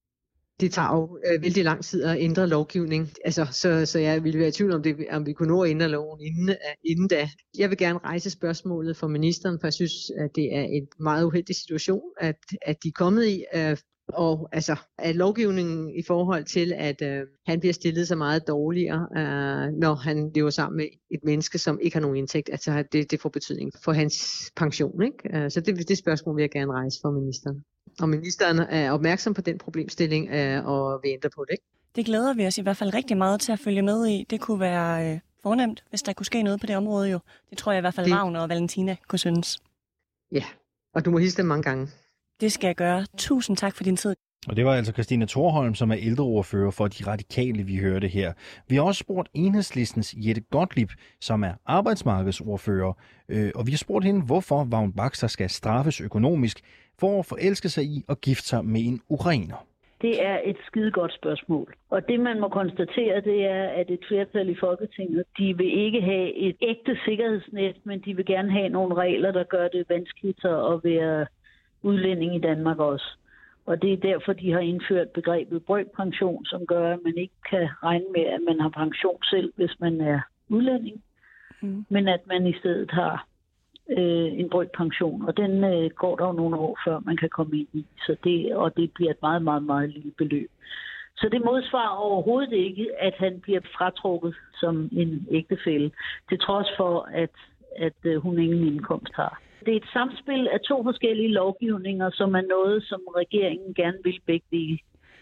[SPEAKER 8] Det tager jo øh, vældig lang tid at ændre lovgivning, altså, så, så jeg ville være i tvivl om, det, om vi kunne nå at ændre loven inden, inden da. Jeg vil gerne rejse spørgsmålet for ministeren, for jeg synes, at det er en meget uheldig situation, at, at de er kommet i. Øh, og altså, at lovgivningen i forhold til, at øh, han bliver stillet så meget dårligere, øh, når han lever sammen med et menneske, som ikke har nogen indtægt, altså det, det får betydning for hans pension, ikke? Øh, så det, det spørgsmål vil jeg gerne rejse for ministeren. Og ministeren er opmærksom på den problemstilling øh, og vil ændre på det, ikke?
[SPEAKER 4] Det glæder vi os i hvert fald rigtig meget til at følge med i. Det kunne være øh, fornemt, hvis der kunne ske noget på det område jo. Det tror jeg i hvert fald, Vagn og Valentina kunne synes.
[SPEAKER 8] Ja, og du må hilse dem mange gange.
[SPEAKER 4] Det skal jeg gøre. Tusind tak for din tid.
[SPEAKER 2] Og det var altså Christina Thorholm, som er ældreordfører for De Radikale, vi hørte her. Vi har også spurgt Enhedslistens Jette Gottlieb, som er arbejdsmarkedsordfører, øh, og vi har spurgt hende, hvorfor Vagn Baxter skal straffes økonomisk for at forelske sig i og gifte sig med en ukrainer.
[SPEAKER 9] Det er et skidegodt spørgsmål. Og det, man må konstatere, det er, at et flertal i Folketinget, de vil ikke have et ægte sikkerhedsnet, men de vil gerne have nogle regler, der gør det vanskeligt at være udlænding i Danmark også. Og det er derfor, de har indført begrebet brøkpension, som gør, at man ikke kan regne med, at man har pension selv, hvis man er udlænding. Mm. Men at man i stedet har øh, en brøkpension, og den øh, går der jo nogle år, før man kan komme ind i. Så det, og det bliver et meget, meget, meget lille beløb. Så det modsvarer overhovedet ikke, at han bliver fratrukket som en ægtefælle, til trods for, at, at øh, hun ingen indkomst har. Det er et samspil af to forskellige lovgivninger, som er noget, som regeringen gerne vil begge dele.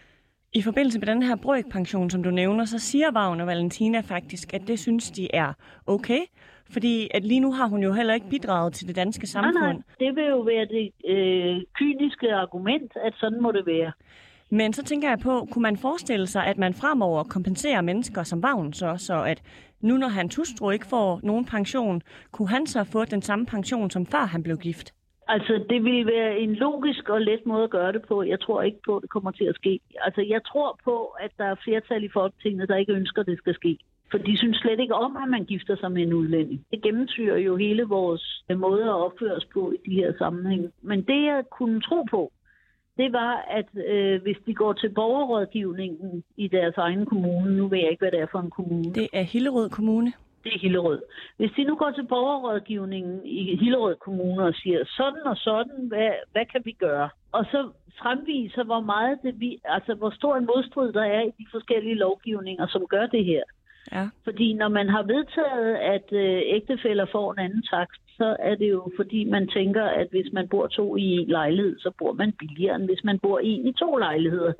[SPEAKER 4] I forbindelse med den her brøkpension, som du nævner, så siger Vagn og Valentina faktisk, at det synes de er okay. Fordi at lige nu har hun jo heller ikke bidraget til det danske samfund.
[SPEAKER 9] Nej, nej. Det vil jo være det øh, kyniske argument, at sådan må det være.
[SPEAKER 4] Men så tænker jeg på, kunne man forestille sig, at man fremover kompenserer mennesker som Vagn, så, så at nu når hans hustru ikke får nogen pension, kunne han så få den samme pension, som før han blev gift?
[SPEAKER 9] Altså, det ville være en logisk og let måde at gøre det på. Jeg tror ikke på, at det kommer til at ske. Altså, jeg tror på, at der er flertal i Folketinget, der ikke ønsker, at det skal ske. For de synes slet ikke om, at man gifter sig med en udlænding. Det gennemsyrer jo hele vores måde at opføre os på i de her sammenhænge. Men det, jeg kunne tro på, det var, at øh, hvis de går til borgerrådgivningen i deres egen kommune, nu ved jeg ikke, hvad det er for en kommune.
[SPEAKER 4] Det er Hillerød Kommune.
[SPEAKER 9] Det er Hillerød. Hvis de nu går til borgerrådgivningen i Hillerød Kommune og siger, sådan og sådan, hvad, hvad kan vi gøre? Og så fremviser, hvor meget det vi, altså hvor stor en modstrid der er i de forskellige lovgivninger, som gør det her. Ja. Fordi når man har vedtaget, at øh, ægtefæller får en anden takst, så er det jo fordi, man tænker, at hvis man bor to i en lejlighed, så bor man billigere, end hvis man bor en i to lejligheder.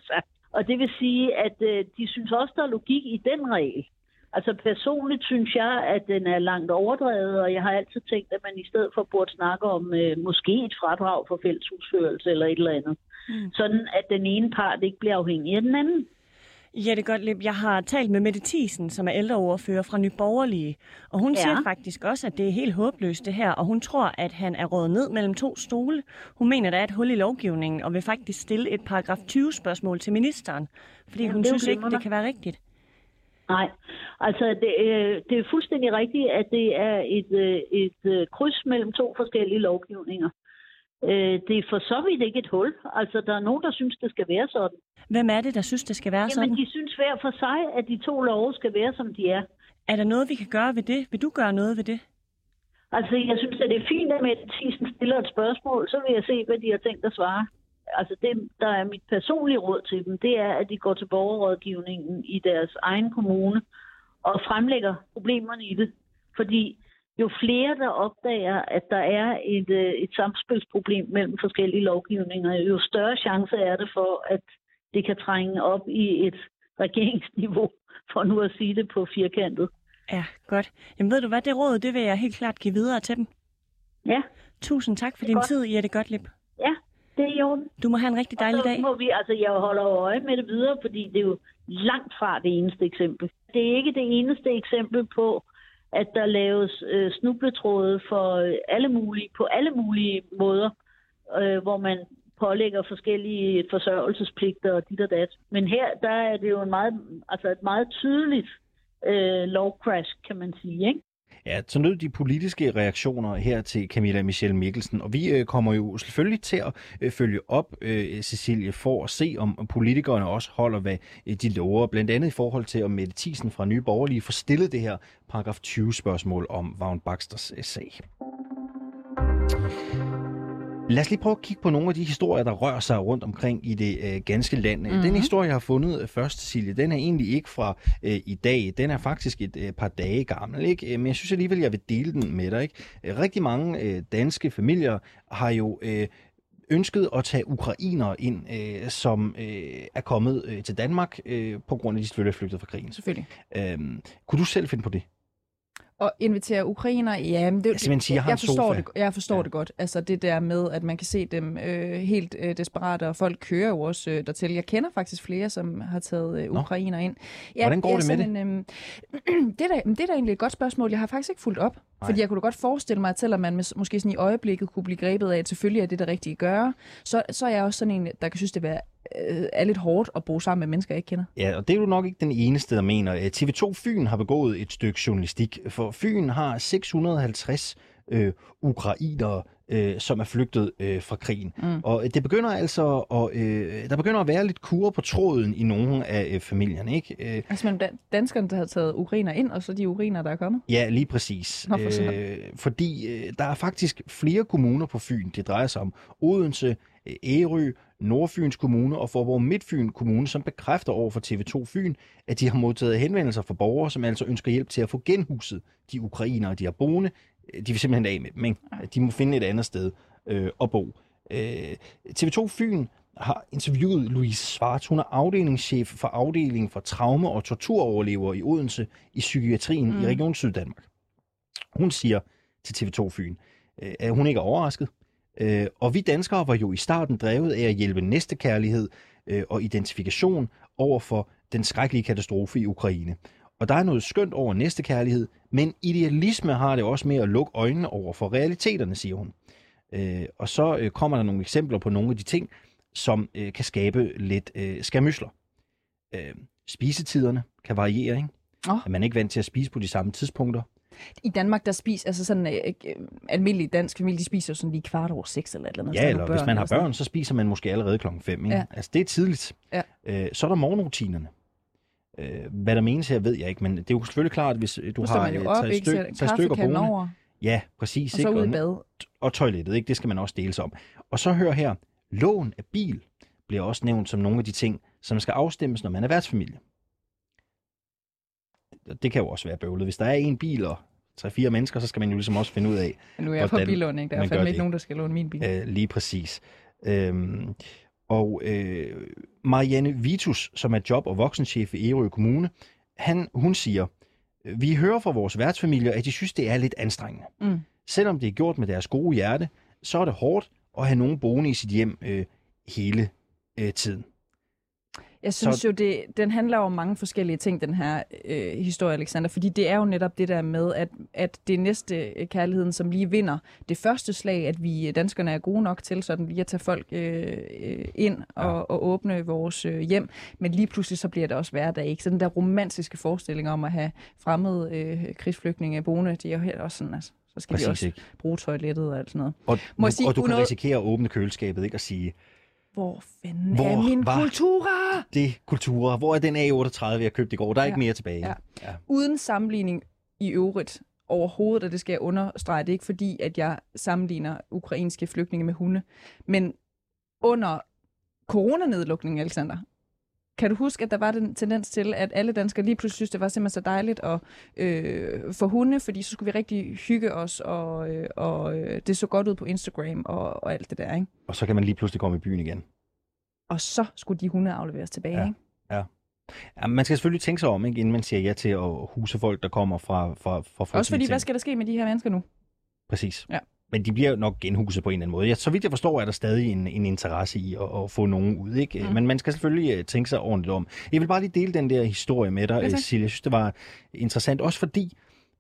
[SPEAKER 9] Og det vil sige, at øh, de synes også, der er logik i den regel. Altså personligt synes jeg, at den er langt overdrevet, og jeg har altid tænkt, at man i stedet for burde snakke om øh, måske et fradrag for fælleshusførelse eller et eller andet. Mm. Sådan at den ene part ikke bliver afhængig af den anden.
[SPEAKER 4] Jette Gottlieb, jeg har talt med Mette Thiesen, som er ældreordfører fra Nye Borgerlige, og hun ja. siger faktisk også, at det er helt håbløst det her, og hun tror, at han er rådet ned mellem to stole. Hun mener, der er et hul i lovgivningen, og vil faktisk stille et paragraf tyve spørgsmål til ministeren, fordi ja, hun synes ikke, det kan være rigtigt.
[SPEAKER 9] Nej, altså det, øh, det er fuldstændig rigtigt, at det er et, øh, et øh, kryds mellem to forskellige lovgivninger. Øh, det er for så vidt ikke et hul. Altså der er nogen, der synes, det skal være sådan.
[SPEAKER 4] Hvem er det, der synes, det skal være sådan?
[SPEAKER 9] Jamen de synes hver for sig, at de to love skal være, som de er.
[SPEAKER 4] Er der noget, vi kan gøre ved det? Vil du gøre noget ved det?
[SPEAKER 9] Altså jeg synes, at det er fint, at Mette Thiesen stiller et spørgsmål, så vil jeg se, hvad de har tænkt at svare. Altså det, der er mit personlige råd til dem, det er, at de går til borgerrådgivningen i deres egen kommune og fremlægger problemerne i det. Fordi jo flere, der opdager, at der er et, et samspilsproblem mellem forskellige lovgivninger, jo større chance er det for, at det kan trænge op i et regeringsniveau, for nu at sige det på firkantet.
[SPEAKER 4] Ja, godt. Jamen ved du hvad, det råd, det vil jeg helt klart give videre til dem.
[SPEAKER 9] Ja.
[SPEAKER 4] Tusind tak for din godt. tid, Jette Gottlieb.
[SPEAKER 9] Ja, det er i orden.
[SPEAKER 4] Du må have en rigtig dejlig dag.
[SPEAKER 9] Må vi, altså jeg holder øje med det videre, fordi det er jo langt fra det eneste eksempel. Det er ikke det eneste eksempel på, at der laves øh, snubletråde for øh, alle mulige, på alle mulige måder, øh, hvor man pålægger forskellige forsørgelsespligter og dit og dat. Men her, der er det jo en meget, altså et meget tydeligt øh, lovcrash, kan man sige, ikke?
[SPEAKER 2] Ja, så nød de politiske reaktioner her til Camilla Michelle Mikkelsen, og vi øh, kommer jo selvfølgelig til at øh, følge op, øh, Cecilie, for at se, om politikerne også holder, hvad øh, de lover, blandt andet i forhold til, om Mette Thiesen fra Nye Borgerlige får stillet det her paragraf tyve spørgsmål om Vagn Baxters øh, sag. Lad os lige prøve at kigge på nogle af de historier, der rører sig rundt omkring i det øh, ganske land. Mm-hmm. Den historie, jeg har fundet øh, først, Cecilie, den er egentlig ikke fra øh, i dag. Den er faktisk et øh, par dage gammel, ikke? Men jeg synes alligevel, jeg vil dele den med dig, ikke? Rigtig mange øh, danske familier har jo øh, ønsket at tage ukrainere ind, øh, som øh, er kommet øh, til Danmark øh, på grund af, at de selvfølgelig er flygtet fra krigen.
[SPEAKER 1] Selvfølgelig.
[SPEAKER 2] Øhm, kunne du selv finde på det?
[SPEAKER 1] Og invitere ukrainer, ja, men det,
[SPEAKER 2] altså, man siger,
[SPEAKER 1] jeg, jeg forstår, det, jeg forstår
[SPEAKER 2] ja.
[SPEAKER 1] det godt. Altså det der med, at man kan se dem øh, helt øh, desperate, og folk kører jo også øh, dertil. Jeg kender faktisk flere, som har taget øh, ukrainer ind.
[SPEAKER 2] Ja, hvordan går det med
[SPEAKER 1] det? En, øh, det, er da, det er da egentlig et godt spørgsmål. Jeg har faktisk ikke fulgt op. Nej. Fordi jeg kunne da godt forestille mig, at selvom man måske sådan i øjeblikket kunne blive grebet af, at selvfølgelig er det det rigtige at gøre, så, så er jeg også sådan en, der kan synes, det er, øh, er lidt hårdt at bo sammen med mennesker, jeg ikke kender.
[SPEAKER 2] Ja, og det er du nok ikke den eneste, der mener. T V to Fyn har begået et stykke journalistik, for Fyn har seks hundrede og halvtreds øh, ukrainere, øh, som er flygtet øh, fra krigen. Mm. Og det begynder altså at, øh, der begynder at være lidt kur på tråden i nogle af øh, familierne, ikke? Øh,
[SPEAKER 1] altså mellem danskerne, der har taget ukrainer ind, og så de ukrainer, der er kommet?
[SPEAKER 2] Ja, lige præcis. Nå, for øh, fordi øh, der er faktisk flere kommuner på Fyn, det drejer sig om Odense, Ærø, Nordfyns Kommune og Faaborg Midtfyn Kommune, som bekræfter over for T V to Fyn, at de har modtaget henvendelser fra borgere, som altså ønsker hjælp til at få genhuset de ukrainere, de har boende. De vil simpelthen af med dem, ikke? De må finde et andet sted øh, at bo. Øh, T V to Fyn har interviewet Louise Schwartz. Hun er afdelingschef for afdelingen for traume- og torturoverlevere i Odense i psykiatrien mm. i Region Syddanmark. Hun siger til T V to Fyn, øh, at hun ikke er overrasket. Øh, og vi danskere var jo i starten drevet af at hjælpe næstekærlighed øh, og identifikation over for den skrækkelige katastrofe i Ukraine. Og der er noget skønt over næstekærlighed, men idealisme har det også med at lukke øjnene over for realiteterne, siger hun. Øh, og så øh, kommer der nogle eksempler på nogle af de ting, som øh, kan skabe lidt øh, skærmysler. Øh, spisetiderne kan variere, ikke? Oh. Er man ikke vant til at spise på de samme tidspunkter?
[SPEAKER 1] I Danmark, der spiser, altså sådan øh, øh, almindelig dansk familie, de spiser sådan lige kvart over seks eller et eller andet.
[SPEAKER 2] Ja, eller hvis man har børn, så spiser man måske allerede klokken fem. Ikke?
[SPEAKER 1] Ja.
[SPEAKER 2] Altså, det er tidligt.
[SPEAKER 1] Ja.
[SPEAKER 2] Øh, så er der morgenrutinerne. Øh, hvad der menes her, ved jeg ikke, men det er jo selvfølgelig klart, at hvis du har
[SPEAKER 1] jo op,
[SPEAKER 2] tre, styk, tre stykker boende.
[SPEAKER 1] Over.
[SPEAKER 2] Ja, præcis.
[SPEAKER 1] Og så ud i bad.
[SPEAKER 2] Og toilettet, ikke? Det skal man også dele sig om. Og så hør her, lån af bil bliver også nævnt som nogle af de ting, som skal afstemmes, når man er værtsfamilie. Det kan jo også være bøvlet. Hvis der er en bil og tre-fire mennesker, så skal man jo ligesom også finde ud af,
[SPEAKER 1] men nu er jeg på billån, ikke? Der er fandme ikke nogen, der skal låne min bil.
[SPEAKER 2] Øh, lige præcis. Øhm, og øh, Marianne Vitus, som er job- og voksenchef i Ærø Kommune, han, hun siger, vi hører fra vores værtsfamilier, at de synes, det er lidt anstrengende. Mm. Selvom det er gjort med deres gode hjerte, så er det hårdt at have nogen boende i sit hjem øh, hele øh, tiden.
[SPEAKER 1] Jeg synes så... jo, det, den handler om mange forskellige ting, den her øh, historie, Alexander, fordi det er jo netop det der med, at, at det er næste kærligheden, som lige vinder det første slag, at vi danskerne er gode nok til sådan lige at tage folk øh, ind og, ja. og åbne vores øh, hjem, men lige pludselig så bliver det også hverdag, ikke? Så den der romantiske forestilling om at have fremmede øh, krigsflygtninge boende, de er jo helt også sådan, altså, så skal
[SPEAKER 2] Præcis,
[SPEAKER 1] vi også
[SPEAKER 2] ikke?
[SPEAKER 1] bruge toilettet og alt sådan noget.
[SPEAKER 2] Og,
[SPEAKER 1] Må
[SPEAKER 2] og,
[SPEAKER 1] sige,
[SPEAKER 2] og du kan
[SPEAKER 1] noget...
[SPEAKER 2] risikere at åbne køleskabet, ikke? Og sige...
[SPEAKER 1] Hvor fanden Hvor er min kultura?
[SPEAKER 2] Det kultura. Hvor er den A otteogtredive, jeg købte i går? Der er ja. ikke mere tilbage.
[SPEAKER 1] Ja. Ja. Uden sammenligning i øvrigt overhovedet, og det skal jeg understrege, det er ikke fordi, at jeg sammenligner ukrainske flygtninge med hunde, men under coronanedlukningen, Alexander, kan du huske, at der var den tendens til, at alle danskere lige pludselig synes, det var simpelthen så dejligt at øh, få hunde, fordi så skulle vi rigtig hygge os, og, øh, og øh, det så godt ud på Instagram og, og alt det der, ikke?
[SPEAKER 2] Og så kan man lige pludselig komme i byen igen.
[SPEAKER 1] Og så skulle de hunde afleveres tilbage,
[SPEAKER 2] ja.
[SPEAKER 1] ikke?
[SPEAKER 2] Ja. Ja, man skal selvfølgelig tænke sig om, ikke, inden man siger ja til at huse folk, der kommer fra... fra, fra
[SPEAKER 1] Også fordi, hvad skal der ske med de her mennesker nu?
[SPEAKER 2] Præcis.
[SPEAKER 1] Ja.
[SPEAKER 2] Men de bliver nok genhuset på en eller anden måde. Ja, så vidt jeg forstår, er der stadig en, en interesse i at, at få nogen ud, ikke? Mm. Men man skal selvfølgelig tænke sig ordentligt om. Jeg vil bare lige dele den der historie med dig, Cecilie. Jeg synes, det var interessant. Også fordi,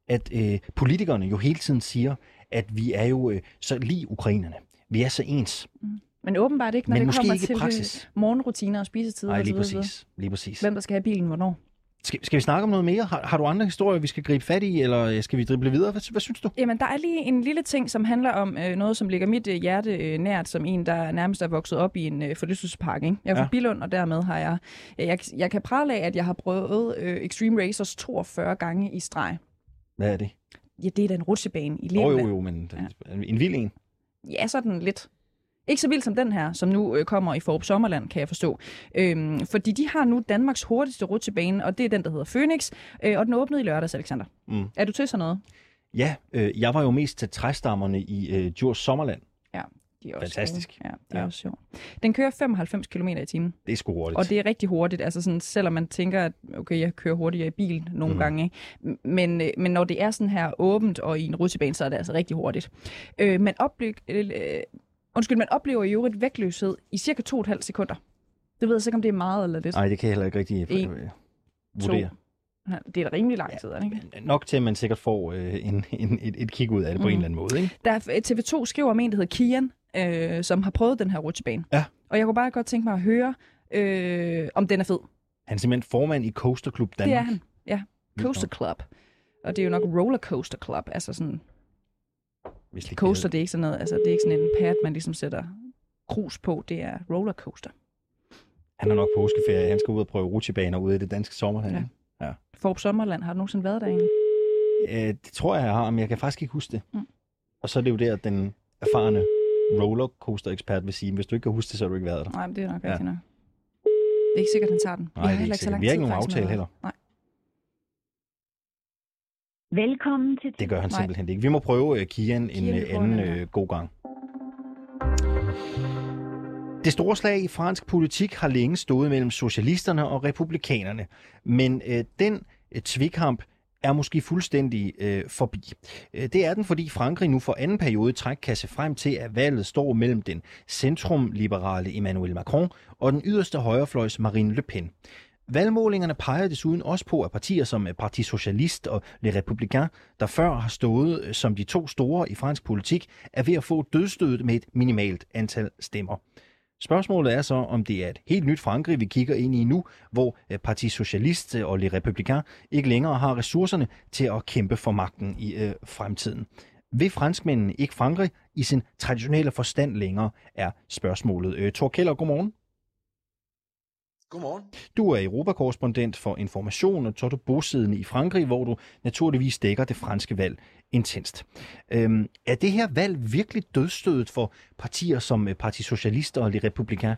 [SPEAKER 2] at øh, politikerne jo hele tiden siger, at vi er jo øh, så lige ukrainerne. Vi er så ens.
[SPEAKER 1] Mm. Men åbenbart ikke, når
[SPEAKER 2] Men
[SPEAKER 1] det kommer til
[SPEAKER 2] praksis.
[SPEAKER 1] morgenrutiner og spisetider.
[SPEAKER 2] Nej, lige
[SPEAKER 1] og så
[SPEAKER 2] præcis. lige præcis.
[SPEAKER 1] Hvem der skal have bilen, hvornår?
[SPEAKER 2] Skal, skal vi snakke om noget mere? Har, har du andre historier, vi skal gribe fat i, eller skal vi drible videre? Hvad, hvad synes du?
[SPEAKER 1] Jamen, der er lige en lille ting, som handler om øh, noget, som ligger mit øh, hjerte øh, nært, som en, der nærmest er vokset op i en øh, forlystelsespark. Ikke? Jeg er fra ja. Billund, og dermed har jeg, øh, jeg... Jeg kan prale af, at jeg har prøvet øh, Extreme Racers toogfyrre gange i streg.
[SPEAKER 2] Hvad er det?
[SPEAKER 1] Ja, det er da en rutsjebane i Legoland.
[SPEAKER 2] Jo, jo, jo, men ja. en vild en.
[SPEAKER 1] Ja, sådan lidt. Ikke så vildt som den her, som nu øh, kommer i Fårup Sommerland, kan jeg forstå. Øhm, fordi de har nu Danmarks hurtigste rutsjebane, og det er den, der hedder Phoenix, øh, og den åbnede i lørdags, Alexander. Mm. Er du til sådan noget?
[SPEAKER 2] Ja, øh, jeg var jo mest til træstammerne i øh, Djurs Sommerland.
[SPEAKER 1] Ja, de er også
[SPEAKER 2] fantastisk.
[SPEAKER 1] Gode. Ja, det er ja. også sjovt. Den kører femoghalvfems kilometer i timen.
[SPEAKER 2] Det er sgu hurtigt.
[SPEAKER 1] Og det er rigtig hurtigt, altså sådan, selvom man tænker, at okay, jeg kører hurtigere i bil nogle mm. gange, ikke? Men, øh, men når det er sådan her åbent og i en rutsjebane, så er det altså rigtig hurtigt. Øh, men opbyg... Øh, Undskyld, man oplever i øvrigt vægtløshed i cirka to og et halvt sekunder. Det ved jeg ikke, om det er meget eller lidt.
[SPEAKER 2] Nej, det kan jeg heller ikke rigtig en, vurdere.
[SPEAKER 1] To. Det er da rimelig lang tid, ja, ikke?
[SPEAKER 2] Nok til, at man sikkert får øh, en, en, et, et kig ud af det mm. på en eller anden måde, ikke?
[SPEAKER 1] Der er, T V to skriver om en, der hedder Kian, øh, som har prøvet den her rutsjebane.
[SPEAKER 2] Ja.
[SPEAKER 1] Og jeg kunne bare godt tænke mig at høre, øh, om den er fed.
[SPEAKER 2] Han er simpelthen formand i Coaster Club Danmark.
[SPEAKER 1] Det er han, ja. Coaster Club. Og det er jo nok Roller Coaster Club, altså sådan... Coaster, det er ikke sådan noget, altså det er ikke sådan en pad, man ligesom sætter krus på, det er rollercoaster.
[SPEAKER 2] Han har nok påskeferie, han skal ud og prøve rutsjebaner ude i det danske sommerland.
[SPEAKER 1] Ja. Ja. Fårup Sommerland, har du nogensinde været der egentlig?
[SPEAKER 2] Øh, det tror jeg, jeg har, men jeg kan faktisk ikke huske det. Mm. Og så er det jo der, at den erfarne rollercoaster-ekspert vil sige, hvis du ikke kan huske det, så har du ikke været der.
[SPEAKER 1] Nej, men det er nok rigtigt ja. nok. Det er ikke sikkert, han tager den.
[SPEAKER 2] Nej, det er ikke sikkert. Vi har ikke nogen aftale heller.
[SPEAKER 1] Nej.
[SPEAKER 9] Velkommen til...
[SPEAKER 2] Det gør han Nej. simpelthen ikke. Vi må prøve uh, Kian en uh, anden uh, god gang. Det store slag i fransk politik har længe stået mellem socialisterne og republikanerne. Men uh, den uh, tvekamp er måske fuldstændig uh, forbi. Uh, det er den, fordi Frankrig nu for anden periode træk kan se frem til, at valget står mellem den centrum-liberale Emmanuel Macron og den yderste højrefløjs Marine Le Pen. Valgmålingerne peger desuden også på, at partier som Parti Socialiste og Les Républicains, der før har stået som de to store i fransk politik, er ved at få dødsstødet med et minimalt antal stemmer. Spørgsmålet er så, om det er et helt nyt Frankrig, vi kigger ind i nu, hvor Parti Socialiste og Les Républicains ikke længere har ressourcerne til at kæmpe for magten i øh, fremtiden. Vil franskmændene ikke Frankrig i sin traditionelle forstand længere, er spørgsmålet. Øh, Thor Keller, godmorgen.
[SPEAKER 10] Godmorgen.
[SPEAKER 2] Du er europakorrespondent for Information, og så er du bosiddende i Frankrig, hvor du naturligvis dækker det franske valg intenst. Øhm, er det her valg virkelig dødsstødet for partier som Parti Socialiste og Les Républicains?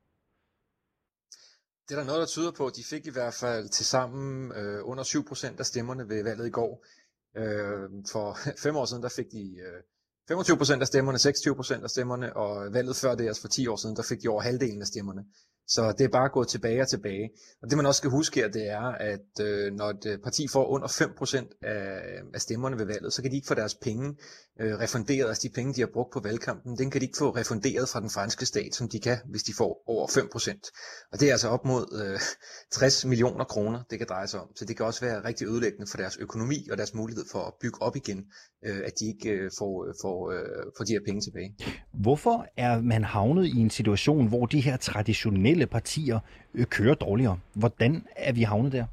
[SPEAKER 10] Det er der noget, der tyder på. De fik i hvert fald til sammen øh, under syv procent af stemmerne ved valget i går. Øh, for fem år siden, der fik de øh, femogtyve procent af stemmerne, seksogtyve procent af stemmerne, og valget før det, altså for ti år siden, der fik de over halvdelen af stemmerne. Så det er bare gået tilbage og tilbage. Og det man også skal huske her, det er, at øh, når et parti får under fem procent af, af stemmerne ved valget, så kan de ikke få deres penge øh, refunderet, altså de penge, de har brugt på valgkampen, den kan de ikke få refunderet fra den franske stat, som de kan, hvis de får over fem procent. Og det er altså op mod øh, tres millioner kroner, det kan dreje sig om. Så det kan også være rigtig ødelæggende for deres økonomi og deres mulighed for at bygge op igen, øh, at de ikke øh, får, får, øh, får de her penge tilbage.
[SPEAKER 2] Hvorfor er man havnet i en situation, hvor de her traditionelle partier kører dårligere? Hvordan er vi havnet der?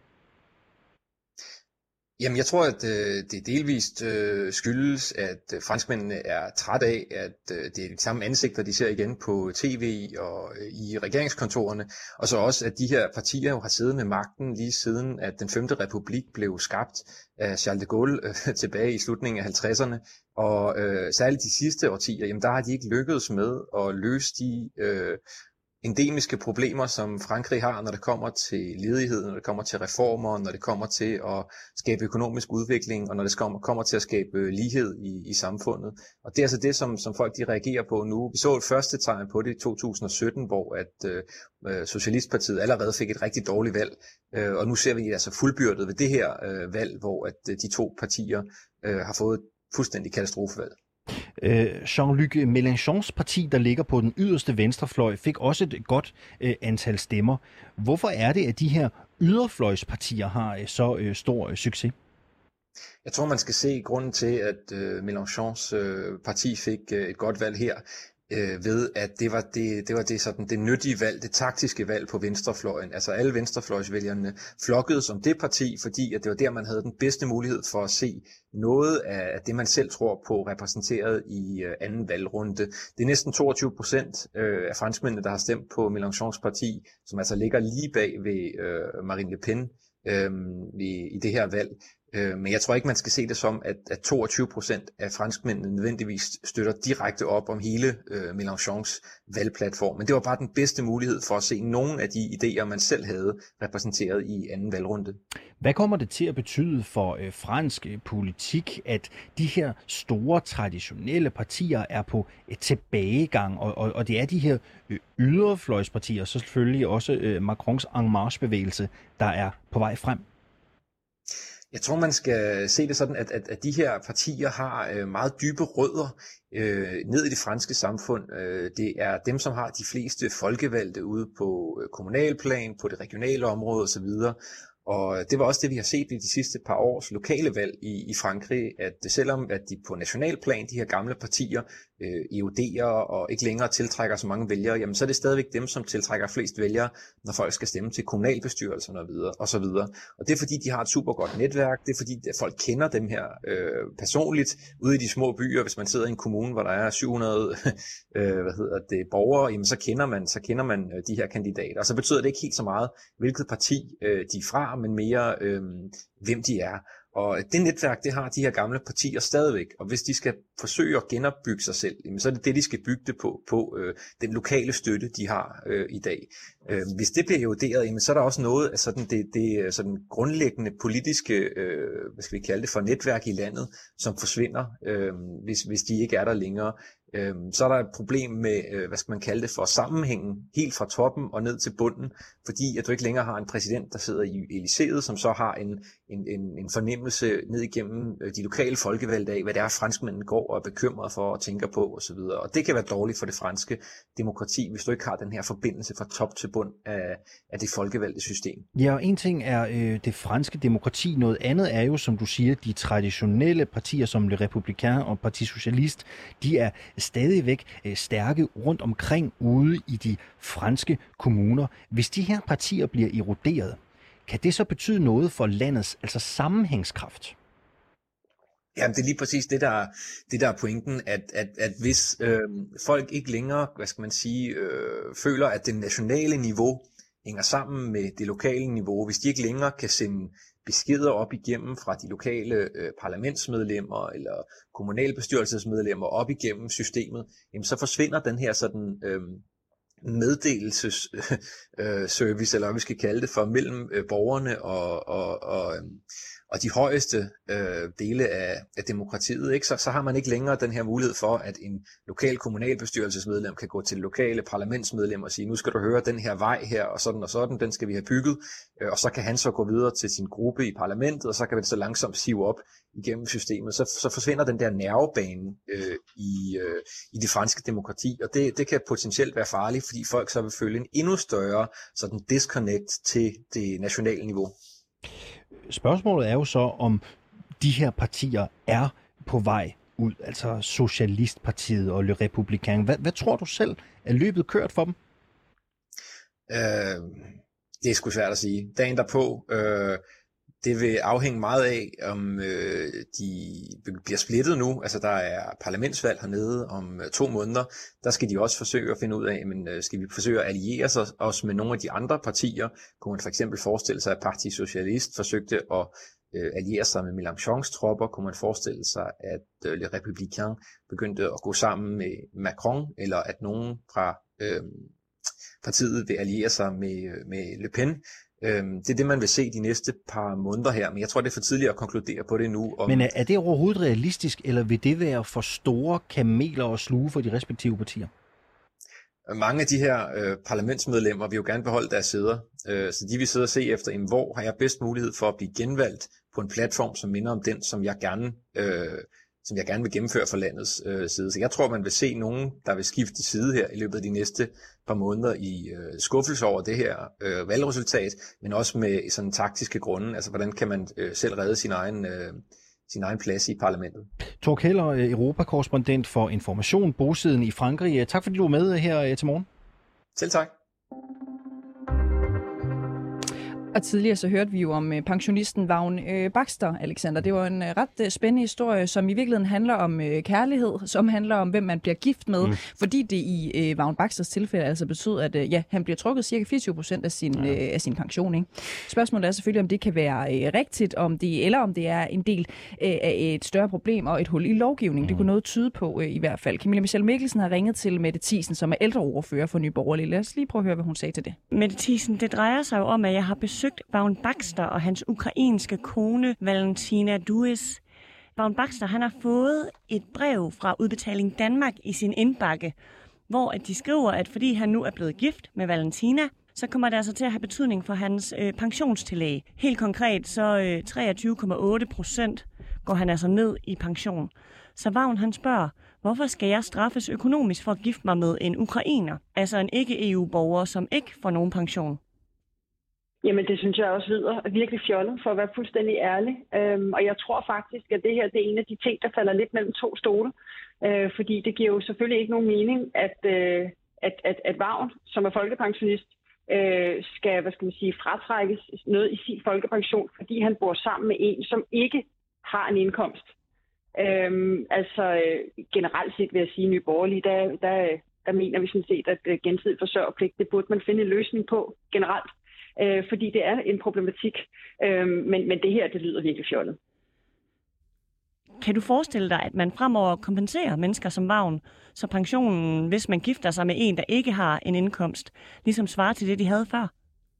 [SPEAKER 10] Jamen, jeg tror, at øh, det delvist øh, skyldes, at øh, franskmændene er træt af, at øh, det er de samme ansigter, de ser igen på tv og øh, i regeringskontorerne, og så også, at de her partier jo har siddet med magten lige siden, at den femte republik blev skabt af Charles de Gaulle øh, tilbage i slutningen af halvtredserne, og øh, særligt de sidste årtier, jamen der har de ikke lykkedes med at løse de øh, endemiske problemer, som Frankrig har, når det kommer til ledighed, når det kommer til reformer, når det kommer til at skabe økonomisk udvikling, og når det kommer til at skabe lighed i, i samfundet. Og det er altså det, som, som folk de reagerer på nu. Vi så et første tegn på det i to tusind og sytten, hvor at øh, Socialistpartiet allerede fik et rigtig dårligt valg, øh, og nu ser vi altså fuldbyrdet ved det her øh, valg, hvor at øh, de to partier øh, har fået et fuldstændig katastrofevalg.
[SPEAKER 2] Jean-Luc Mélenchons parti, der ligger på den yderste venstrefløj, fik også et godt øh, antal stemmer. Hvorfor er det, at de her yderfløjspartier har øh, så øh, stor øh, succes?
[SPEAKER 10] Jeg tror, man skal se grunden til, at øh, Mélenchons øh, parti fik øh, et godt valg her, øh, ved at det var det, det var det sådan det nyttige valg, det taktiske valg på venstrefløjen. Altså alle venstrefløjsvælgerne flokkedes om det parti, fordi at det var der, man havde den bedste mulighed for at se noget af det, man selv tror på, repræsenteret i øh, anden valgrunde. Det er næsten toogtyve procent øh, af franskmændene, der har stemt på Mélenchons parti, som altså ligger lige bag ved øh, Marine Le Pen øh, i, i det her valg. Men jeg tror ikke, man skal se det som, at, at toogtyve procent af franskmændene nødvendigvis støtter direkte op om hele øh, Mélenchons valgplatform. Men det var bare den bedste mulighed for at se nogle af de idéer, man selv havde repræsenteret i anden valgrunde.
[SPEAKER 2] Hvad kommer det til at betyde for øh, fransk øh, politik, at de her store traditionelle partier er på et tilbagegang, og, og, og det er de her øh, yderfløjspartier, så selvfølgelig også øh, Macrons En Marche-bevægelse, der er på vej frem?
[SPEAKER 10] Jeg tror, man skal se det sådan, at, at, at de her partier har øh, meget dybe rødder øh, ned i det franske samfund. Øh, det er dem, som har de fleste folkevalgte ude på øh, kommunalplan, på det regionale område osv. Og det var også det, vi har set i de sidste par års lokale valg i, i Frankrig, at selvom at de på nationalplan, de her gamle partier, øh, eroderer og ikke længere tiltrækker så mange vælgere, jamen så er det stadigvæk dem, som tiltrækker flest vælgere, når folk skal stemme til kommunalbestyrelserne og videre, og så videre. Og det er fordi, de har et super godt netværk, det er fordi, at folk kender dem her øh, personligt ude i de små byer. Hvis man sidder i en kommune, hvor der er syv hundrede øh, hvad hedder det, borgere, jamen så kender man, så kender man øh, de her kandidater. Og så betyder det ikke helt så meget, hvilket parti øh, de er fra, men mere øh, hvem de er. Og det netværk, det har de her gamle partier stadigvæk, og hvis de skal forsøge at genopbygge sig selv, så er det det, de skal bygge det på, på øh, den lokale støtte, de har øh, i dag. Øh, hvis det bliver eroderet, så er der også noget af sådan det, det sådan grundlæggende politiske, øh, hvad skal vi kalde det for, netværk i landet, som forsvinder, øh, hvis, hvis de ikke er der længere. Så er der et problem med, hvad skal man kalde det for, sammenhængen helt fra toppen og ned til bunden, fordi at du ikke længere har en præsident, der sidder i Elysée, som så har en, en, en, en fornemmelse ned igennem de lokale folkevalgte af, hvad det er, franskmændene går og er bekymret for og tænker på osv. Og det kan være dårligt for det franske demokrati, hvis du ikke har den her forbindelse fra top til bund af, af det folkevalgte system.
[SPEAKER 2] Ja, og en ting er øh, det franske demokrati, noget andet er jo, som du siger, de traditionelle partier som Le Républicain og Parti Socialiste, de er stadigvæk øh, stærke rundt omkring ude i de franske kommuner. Hvis de her partier bliver eroderet, kan det så betyde noget for landets altså sammenhængskraft?
[SPEAKER 10] Ja, det er lige præcis det, der, det der er pointen, at, at, at hvis øh, folk ikke længere, hvad skal man sige, øh, føler, at det nationale niveau hænger sammen med det lokale niveau, hvis de ikke længere kan sende beskeder op igennem fra de lokale øh, parlamentsmedlemmer eller kommunalbestyrelsesmedlemmer op igennem systemet, jamen så forsvinder den her sådan øh, meddelelsesservice, øh, service, eller hvad vi skal kalde det, for mellem øh, borgerne og, og, og, og de højeste øh, dele af, af demokratiet, ikke? Så, så har man ikke længere den her mulighed for, at en lokal kommunalbestyrelsesmedlem kan gå til lokale parlamentsmedlemmer og sige, nu skal du høre den her vej her, og sådan og sådan, den skal vi have bygget, øh, og så kan han så gå videre til sin gruppe i parlamentet, og så kan vi så langsomt sive op igennem systemet. Så, så forsvinder den der nervebane øh, i, øh, i det franske demokrati, og det, det kan potentielt være farligt, fordi folk så vil føle en endnu større sådan disconnect til det nationale niveau.
[SPEAKER 2] Spørgsmålet er jo så, om de her partier er på vej ud, altså Socialistpartiet og Le Républicain. Hvad, hvad tror du selv, er løbet kørt for dem?
[SPEAKER 10] Øh, det er sgu svært at sige. Dagen derpå, øh, det vil afhænge meget af, om øh, de bliver splittet nu. Altså der er parlamentsvalg hernede om øh, to måneder. Der skal de også forsøge at finde ud af, men øh, skal vi forsøge at alliere os også med nogle af de andre partier? Kunne man for eksempel forestille sig, at Parti Socialiste forsøgte at øh, alliere sig med Mélenchons tropper? Kunne man forestille sig, at øh, Le Républicain begyndte at gå sammen med Macron, eller at nogen fra øh, partiet vil alliere sig med, med Le Pen? Det er det, man vil se de næste par måneder her, men jeg tror, det er for tidligt at konkludere på det nu. Om...
[SPEAKER 2] Men er det overhovedet realistisk, eller vil det være for store kameler at sluge for de respektive partier?
[SPEAKER 10] Mange af de her øh, parlamentsmedlemmer vil jo gerne beholde deres sæder, øh, så de vil sidde og se efter, jamen, hvor har jeg bedst mulighed for at blive genvalgt på en platform, som minder om den, som jeg gerne øh, som jeg gerne vil gennemføre fra landets øh, side. Så jeg tror, man vil se nogen, der vil skifte side her i løbet af de næste par måneder i øh, skuffelse over det her øh, valgresultat, men også med sådan taktiske grunde. Altså, hvordan kan man øh, selv redde sin egen, øh, sin egen plads i parlamentet.
[SPEAKER 2] Thor Keller, Europakorrespondent for Information, bosiddende i Frankrig. Tak fordi du var med her til morgen.
[SPEAKER 10] Selv tak.
[SPEAKER 1] Og tidligere så hørte vi jo om pensionisten Vagn Baxter, Alexander. Det var en ret spændende historie, som i virkeligheden handler om kærlighed, som handler om, hvem man bliver gift med, mm. fordi det i Vagn Baxters tilfælde altså betød, at ja, han bliver trukket cirka fireogtyve procent af sin, ja. af sin pension. Ikke? Spørgsmålet er selvfølgelig, om det kan være rigtigt, om det, eller om det er en del af et større problem og et hul i lovgivningen. Mm. Det kunne noget tyde på i hvert fald. Camilla Michelle Mikkelsen har ringet til Mette Thiesen, som er ældreordfører for Nye Borgerlige. Lad os lige prøve at høre, hvad hun sagde til det.
[SPEAKER 4] Mette Thiesen, det drejer sig jo om, at jeg har besøgt Vagn Baxter og hans ukrainske kone Valentina Duis. Vagn Baxter, han har fået et brev fra Udbetaling Danmark i sin indbakke, hvor de skriver, at fordi han nu er blevet gift med Valentina, så kommer det altså til at have betydning for hans øh, pensionstillæg. Helt konkret så øh, treogtyve komma otte procent går han altså ned i pension. Så Vagn han spørger, hvorfor skal jeg straffes økonomisk for at gifte mig med en ukrainer, altså en ikke-E U-borger, som ikke får nogen pension?
[SPEAKER 7] Jamen, det synes jeg også lyder virkelig fjollet, for at være fuldstændig ærlig. Øhm, og jeg tror faktisk, at det her det er en af de ting, der falder lidt mellem to stole. Øh, fordi det giver jo selvfølgelig ikke nogen mening, at, øh, at, at, at Vagn, som er folkepensionist, øh, skal, hvad skal man sige, fratrækkes noget i sin folkepension, fordi han bor sammen med en, som ikke har en indkomst. Øhm, altså, øh, generelt set vil jeg sige, Nye Borgerlige, der, der, der mener vi sådan set, at gensidig forsørgerpligt, det burde man finde en løsning på generelt. Øh, fordi det er en problematik, øh, men, men det her, det lyder virkelig fjollet.
[SPEAKER 4] Kan du forestille dig, at man fremover kompenserer mennesker som Vagn, så pensionen, hvis man gifter sig med en, der ikke har en indkomst, ligesom svarer til det, de havde før?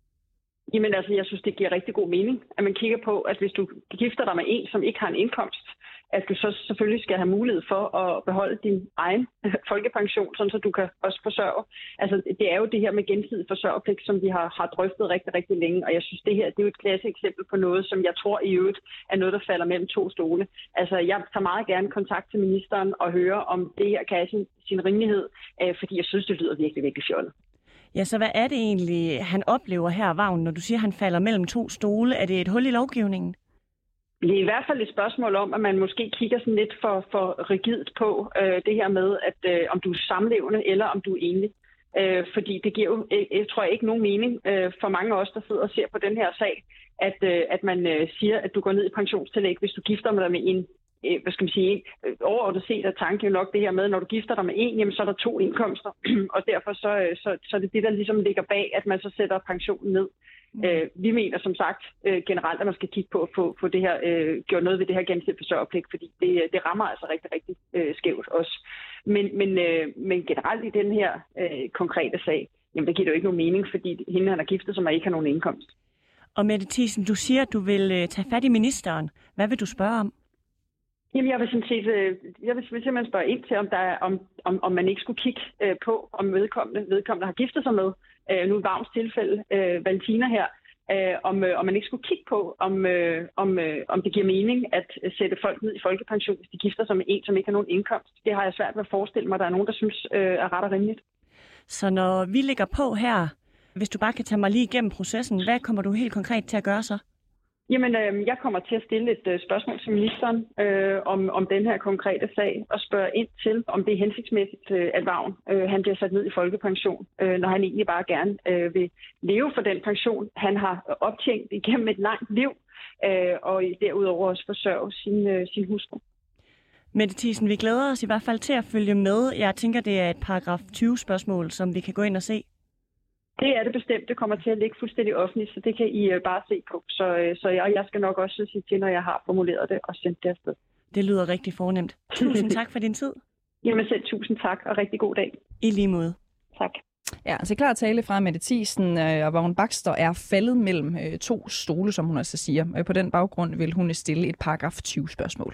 [SPEAKER 7] Jamen altså, jeg synes, det giver rigtig god mening, at man kigger på, at hvis du gifter dig med en, som ikke har en indkomst, at du så selvfølgelig skal have mulighed for at beholde din egen folkepension, sådan så du kan også forsørge. Altså, det er jo det her med gensidig forsørgerpligt, som vi har, har drøftet rigtig, rigtig længe, og jeg synes, det her det er jo et klasse eksempel på noget, som jeg tror i øvrigt er noget, der falder mellem to stole. Altså, jeg tager meget gerne kontakt til ministeren og høre, om det her kan have sin, sin rimelighed, øh, fordi jeg synes, det lyder virkelig, virkelig fjollet.
[SPEAKER 4] Ja, så hvad er det egentlig, han oplever her, Vagn, når du siger, at han falder mellem to stole? Er det et hul i lovgivningen?
[SPEAKER 7] Det er i hvert fald et spørgsmål om, at man måske kigger sådan lidt for, for rigidt på øh, det her med, at øh, om du er samlevende eller om du er enlig. Øh, fordi det giver jo, jeg tror jeg, ikke nogen mening øh, for mange af os, der sidder og ser på den her sag, at, øh, at man øh, siger, at du går ned i pensionstillæg, hvis du gifter dig med en, øh, hvad skal man sige, øh, overordnet set er tanken jo nok det her med, når du gifter dig med en, jamen så er der to indkomster, og derfor så, øh, så, så er det det, der ligesom ligger bag, at man så sætter pensionen ned. Mm. Øh, vi mener som sagt øh, generelt, at man skal kigge på at få, få det her, øh, gjort noget ved det her gensidig forsørgerpligt, fordi det, det rammer altså rigtig, rigtig øh, skævt også. Men, men, øh, men generelt i den her øh, konkrete sag, jamen det giver jo ikke nogen mening, fordi hende han har giftet, som ikke har nogen indkomst.
[SPEAKER 4] Og Mette Thiesen, du siger, at du vil øh, tage fat i ministeren. Hvad vil du spørge om?
[SPEAKER 7] Jamen, jeg vil sådan set, øh, jeg vil simpelthen spørge ind til, om, der er, om, om, om man ikke skulle kigge øh, på, om vedkommende, vedkommende har giftet sig med, øh, nu i Vagns tilfælde, øh, Valentina her, øh, om, øh, om man ikke skulle kigge på, om, øh, om, øh, om det giver mening at sætte folk ned i folkepension, hvis de gifter sig med en, som ikke har nogen indkomst. Det har jeg svært ved at forestille mig, der er nogen, der synes øh, er ret og rimeligt.
[SPEAKER 4] Så når vi ligger på her, hvis du bare kan tage mig lige igennem processen, hvad kommer du helt konkret til at gøre så?
[SPEAKER 7] Jamen, øh, jeg kommer til at stille et øh, spørgsmål til ministeren øh, om, om den her konkrete sag, og spørge ind til, om det er hensigtsmæssigt, øh, at Vagn øh, han bliver sat ned i folkepension, øh, når han egentlig bare gerne øh, vil leve for den pension, han har optjent igennem et langt liv, øh, og derudover også forsørge sin, øh, sin hustru.
[SPEAKER 4] Mette Thiesen, vi glæder os i hvert fald til at følge med. Jeg tænker, det er et paragraf tyve spørgsmål, som vi kan gå ind og se.
[SPEAKER 7] Det er det bestemt. Det kommer til at ligge fuldstændig offentligt, så det kan I bare se på. Så, så jeg, jeg skal nok også sige til, når jeg har formuleret det og sendt det afsted.
[SPEAKER 4] Det lyder rigtig fornemt. Tusind tak for din tid.
[SPEAKER 7] Jamen selv tusind tak, og rigtig god dag.
[SPEAKER 4] I lige måde.
[SPEAKER 7] Tak.
[SPEAKER 1] Ja, altså klar tale fra Mette Thiesen, og Vagn Baxter er faldet mellem to stole, som hun altså siger. På den baggrund vil hun stille et paragraf tyve spørgsmål.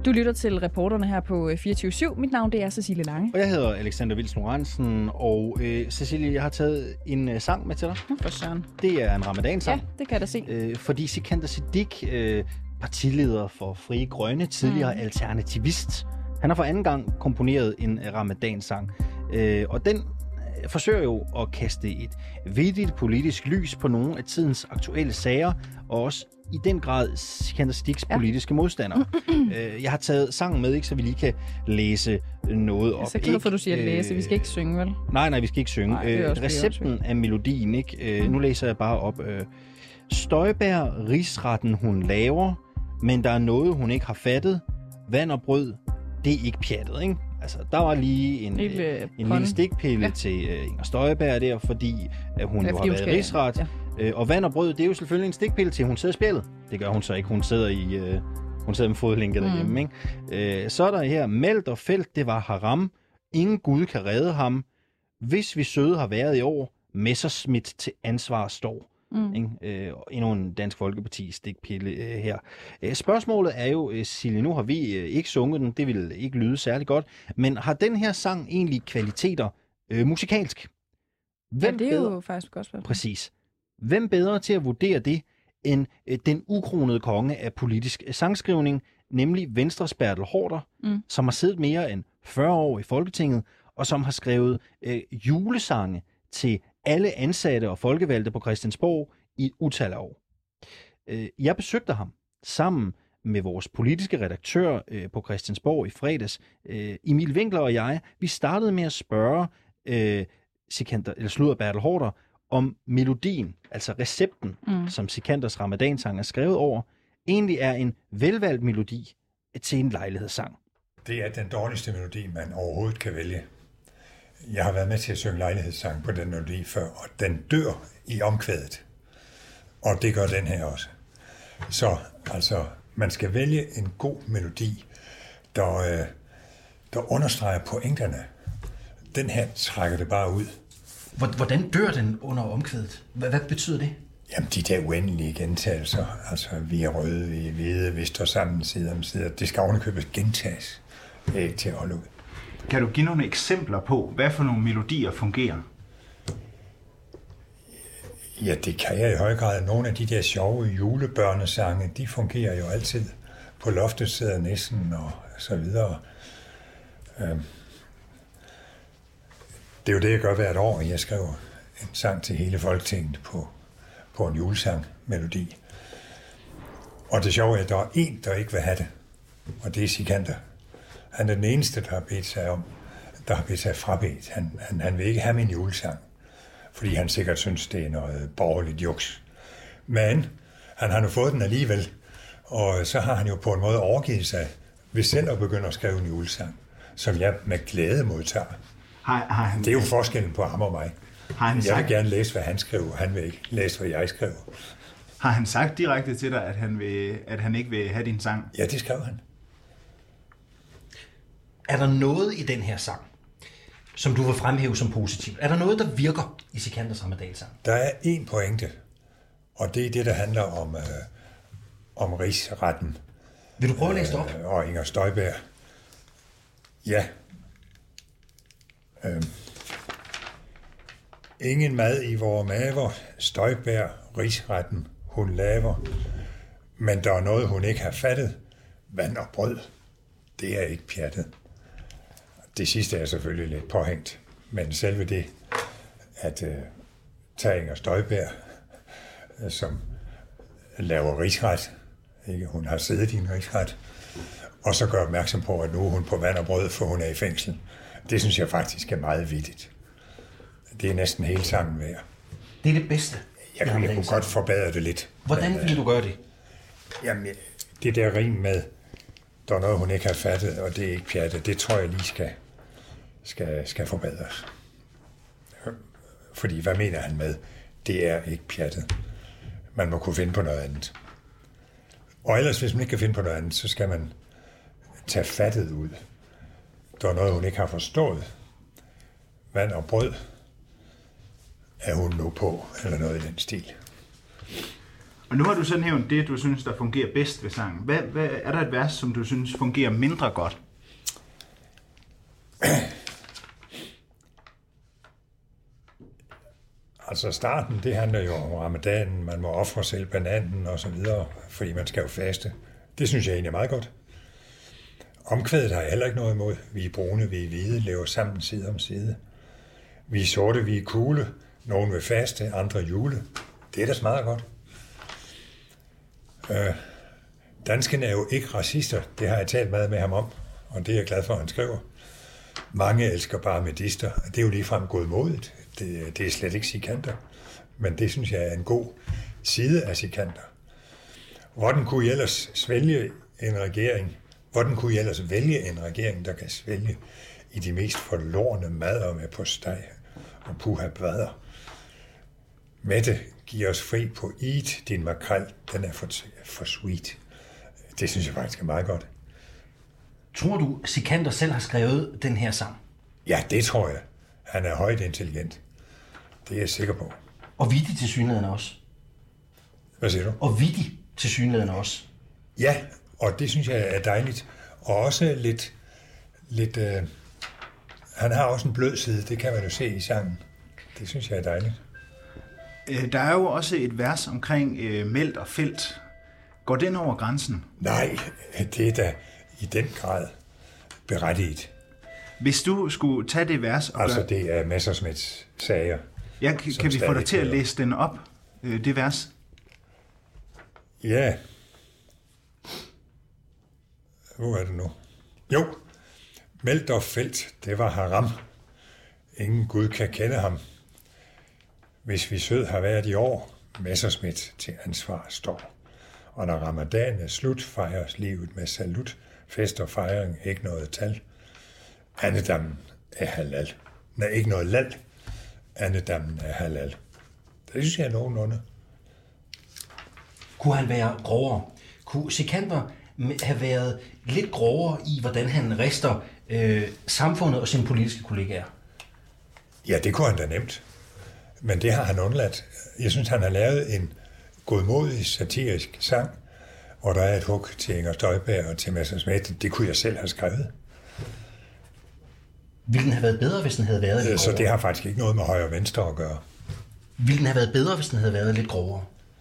[SPEAKER 1] Du lytter til reporterne her på fireogtyve syv. Mit navn det er Cecilie Lange.
[SPEAKER 2] Og jeg hedder Alexander Vils Lorentzen, og øh, Cecilie, jeg har taget en øh, sang med til dig.
[SPEAKER 1] For søren.
[SPEAKER 2] Det er en ramadansang.
[SPEAKER 1] Ja, det kan jeg da se.
[SPEAKER 2] Øh, fordi Sikander Siddique, øh, partileder for Frie Grønne, tidligere mm. alternativist, han har for anden gang komponeret en ramadansang. Øh, og den forsøger jo at kaste et vigtigt politisk lys på nogle af tidens aktuelle sager, og også i den grad Sikander Siddiques ja. politiske modstandere. Jeg har taget sangen med, ikke, så vi lige kan læse noget op.
[SPEAKER 1] Så glad for, du siger læse. Vi skal ikke synge, vel?
[SPEAKER 2] Nej, nej, vi skal ikke synge.
[SPEAKER 1] Nej, øh,
[SPEAKER 2] recepten af melodien, ikke? Mm. Nu læser jeg bare op. Støjberg, rigsretten hun laver, men der er noget, hun ikke har fattet. Vand og brød, det er ikke pjattet, ikke? Altså, der var lige en, lille, øh, en lille stikpille ja. til uh, Inger Støjberg der, fordi uh, hun ja, jo har været rigsret. Ja. Uh, og vand og brød, det er jo selvfølgelig en stikpille til, hun sidder i spjældet. Det gør hun så ikke. Hun sidder i uh, hun sidder med fodlænket mm. derhjemme, ikke? Uh, så er der her, Meld og Felt, det var haram. Ingen Gud kan redde ham. Hvis vi søde har været i år, Messerschmidt til ansvar står. Mm. Ikke? Uh, endnu en Dansk Folkeparti stikpille uh, her. Uh, spørgsmålet er jo, uh, Silje, nu har vi uh, ikke sunget den, det vil ikke lyde særlig godt, men har den her sang egentlig kvaliteter uh, musikalsk?
[SPEAKER 1] Hvem ja, det er bedre? Jo faktisk et godt spørgsmål.
[SPEAKER 2] Præcis. Hvem bedre til at vurdere det end uh, den ukronede konge af politisk sangskrivning, nemlig Venstres Bertel Haarder, mm. som har siddet mere end fyrre år i Folketinget, og som har skrevet uh, julesange til alle ansatte og folkevalgte på Christiansborg i et utal af år. Jeg besøgte ham sammen med vores politiske redaktør på Christiansborg i fredags. Emil Winkler og jeg, vi startede med at spørge Sikander, eller sludder Bertel Haarder om melodien, altså recepten, mm. som Sikanders ramadansang er skrevet over, egentlig er en velvalgt melodi til en lejlighedssang.
[SPEAKER 11] Det er den dårligste melodi, man overhovedet kan vælge. Jeg har været med til at synge lejlighedssang på den melodi før, og den dør i omkvædet. Og det gør den her også. Så altså, man skal vælge en god melodi, der, øh, der understreger pointerne. Den her trækker det bare ud.
[SPEAKER 2] Hvordan dør den under omkvædet? Hvad, hvad betyder det?
[SPEAKER 11] Jamen, de der uendelige gentagelser. Altså, vi er røde, vi er hvide, vi står sammen side om side. Det skal ovenikøbet gentages. Det er ikke til at holde ud.
[SPEAKER 12] Kan du give nogle eksempler på, hvad for nogle melodier fungerer?
[SPEAKER 11] Ja, det kan jeg i høj grad. Nogle af de der sjove julebørnesange, de fungerer jo altid. På loftet sidder nissen og så videre. Det er jo det, jeg gør hvert år. Jeg skriver en sang til hele Folketinget på, på en julesangmelodi. Og det sjove er, at der er en, der ikke vil have det. Og det er Sikander. Han er den eneste, der har bedt sig om, der har bedt sig frabedt. Han, han, han vil ikke have min julesang, fordi han sikkert synes, det er noget borgerligt juks. Men han har nu fået den alligevel, og så har han jo på en måde overgivet sig ved selv at begynde at skrive en julesang, som jeg med glæde modtager.
[SPEAKER 12] Har, har han...
[SPEAKER 11] Det er jo forskellen på ham og mig.
[SPEAKER 12] Har han
[SPEAKER 11] jeg
[SPEAKER 12] sagt...
[SPEAKER 11] vil gerne læse, hvad han skriver. Han vil ikke læse, hvad jeg skriver.
[SPEAKER 12] Har han sagt direkte til dig, at han, vil, at han ikke vil have din sang?
[SPEAKER 11] Ja, det skrev han.
[SPEAKER 2] Er der noget i den her sang, som du vil fremhæve som positivt? Er der noget, der virker i Sikanders ramadansang?
[SPEAKER 11] Der er en pointe, og det er det, der handler om, øh, om rigsretten.
[SPEAKER 2] Vil du prøve at læse det op?
[SPEAKER 11] Øh, og Inger Støjberg. Ja. Øh. Ingen mad i vores maver, Støjberg, rigsretten, hun laver. Men der er noget, hun ikke har fattet. Vand og brød, det er ikke pjattet. Det sidste er selvfølgelig lidt påhængt, men selve det, at uh, tage Inger Støjberg, uh, som laver rigsret, ikke? Hun har siddet i en rigsret, og så gør opmærksom på, at nu er hun på vand og brød, for hun er i fængsel. Det synes jeg faktisk er meget vittigt. Det er næsten hele sangen værd.
[SPEAKER 2] Det er det bedste.
[SPEAKER 11] Jeg kunne, jeg kunne godt forbedre det lidt.
[SPEAKER 2] Hvordan men, vil du gøre det?
[SPEAKER 11] Jamen, det der rim med, der er noget, hun ikke har fattet, og det er ikke pjattet, det tror jeg lige skal, skal, skal forbedres. Fordi, hvad mener han med, det er ikke pjattet? Man må kunne finde på noget andet. Og ellers, hvis man ikke kan finde på noget andet, så skal man tage fattet ud. Der er noget, hun ikke har forstået. Vand og brød er hun nu på, eller noget i den stil.
[SPEAKER 12] Og nu har du så nævnt det, du synes, der fungerer bedst ved sangen. Hvad, hvad, er der et vers, som du synes fungerer mindre godt?
[SPEAKER 11] Altså starten, det handler jo om ramadanen, man må ofre selv bananen og så videre, fordi man skal jo faste. Det synes jeg egentlig er meget godt. Omkvædet har jeg heller ikke noget imod. Vi er brune, vi er hvide, lever sammen side om side. Vi er sorte, vi er kugle. Nogen vil faste, andre jule. Det er da meget godt. Øh, danskerne er jo ikke racister. Det har jeg talt meget med ham om, og det er jeg glad for, at han skriver. Mange elsker bare medister. Det er jo ligefrem godmodigt. Det, det er slet ikke sikanter. Men det synes jeg er en god side af sikanter. Hvordan kunne I ellers svælge en regering? Hvordan kunne I ellers vælge en regering, der kan svælge i de mest forlorne madder med på steg og puha bvader? Mette, giv os fri på eat, din makrel, den er for, for sweet. Det synes jeg faktisk er meget godt.
[SPEAKER 13] Tror du, Sikander selv har skrevet den her sang?
[SPEAKER 11] Ja, det tror jeg. Han er højt intelligent. Det er jeg sikker på.
[SPEAKER 13] Og vittig til synligheden også.
[SPEAKER 11] Hvad siger du?
[SPEAKER 13] Og vittig til synligheden også.
[SPEAKER 11] Ja, og det synes jeg er dejligt. Og også lidt... lidt øh, han har også en blød side, det kan man jo se i sangen. Det synes jeg er dejligt.
[SPEAKER 12] Der er jo også et vers omkring øh, Meldt og Felt. Går den over grænsen?
[SPEAKER 11] Nej, det er da i den grad berettiget.
[SPEAKER 12] Hvis du skulle tage det vers... Og
[SPEAKER 11] altså,
[SPEAKER 12] gøre...
[SPEAKER 11] det er Messerschmidts sager.
[SPEAKER 12] Ja, kan, kan vi få dig til at læse den op, øh, det vers?
[SPEAKER 11] Ja. Hvor er det nu? Jo, Meldt og Felt, det var haram. Ingen Gud kan kende ham. Hvis vi sød har været i år, Messerschmidt til ansvar står. Og når ramadan er slut, fejres livet med salut. Fest og fejring, ikke noget tal. Andedammen er halal. Nej, ikke noget lal. Andedammen er halal. Det synes jeg er nogenlunde.
[SPEAKER 13] Kunne han være grovere? Kunne Sikander have været lidt grovere i, hvordan han rister øh, samfundet og sine politiske kollegaer?
[SPEAKER 11] Ja, det kunne han da nemt. Men det har han undladt. Jeg synes, han har lavet en godmodig satirisk sang, hvor der er et hug til Inger Støjberg og til Messerschmidt. Det kunne jeg selv have skrevet.
[SPEAKER 13] Ville den have været bedre, hvis den havde været lidt
[SPEAKER 11] grovere? Så det har faktisk ikke noget med højre og venstre at gøre.
[SPEAKER 13] Ville den have været bedre, hvis den havde været lidt grovere?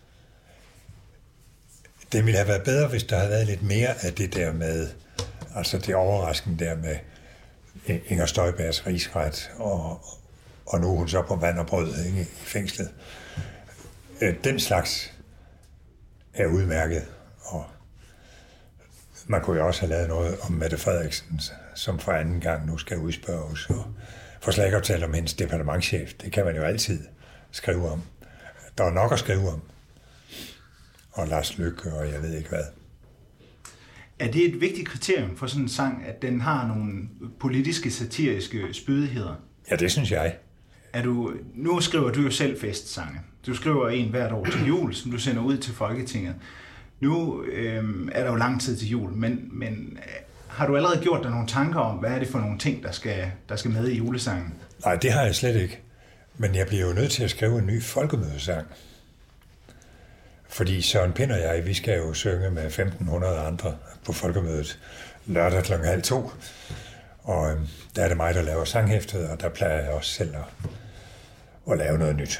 [SPEAKER 11] Det ville have været bedre, hvis der havde været lidt mere af det der med, altså det overraskende der med Inger Støjbergs rigsret, og, og nu er hun så på vand og brød, ikke, i fængslet. Den slags er udmærket, og man kunne jo også have lavet noget om Mette Frederiksen, som for anden gang nu skal udspørges, og få slet ikke at tale om hendes departementschef. Det kan man jo altid skrive om. Der er nok at skrive om. Og Lars Løkke, og jeg ved ikke hvad.
[SPEAKER 12] Er det et vigtigt kriterium for sådan en sang, at den har nogle politiske, satiriske spydigheder?
[SPEAKER 11] Ja, det synes jeg.
[SPEAKER 12] Er du, nu skriver du jo selv festsange. Du skriver en hvert år til jul, som du sender ud til Folketinget. Nu øh, er der jo lang tid til jul, men, men har du allerede gjort dig nogle tanker om, hvad er det for nogle ting, der skal, der skal med i julesangen?
[SPEAKER 11] Nej, det har jeg slet ikke. Men jeg bliver jo nødt til at skrive en ny folkemødesang. Fordi Søren Pind og jeg, vi skal jo synge med femten hundrede andre på folkemødet lørdag klokken halv to. Og øh, der er det mig, der laver sanghæftet, og der plejer jeg også selv at, at lave noget nyt.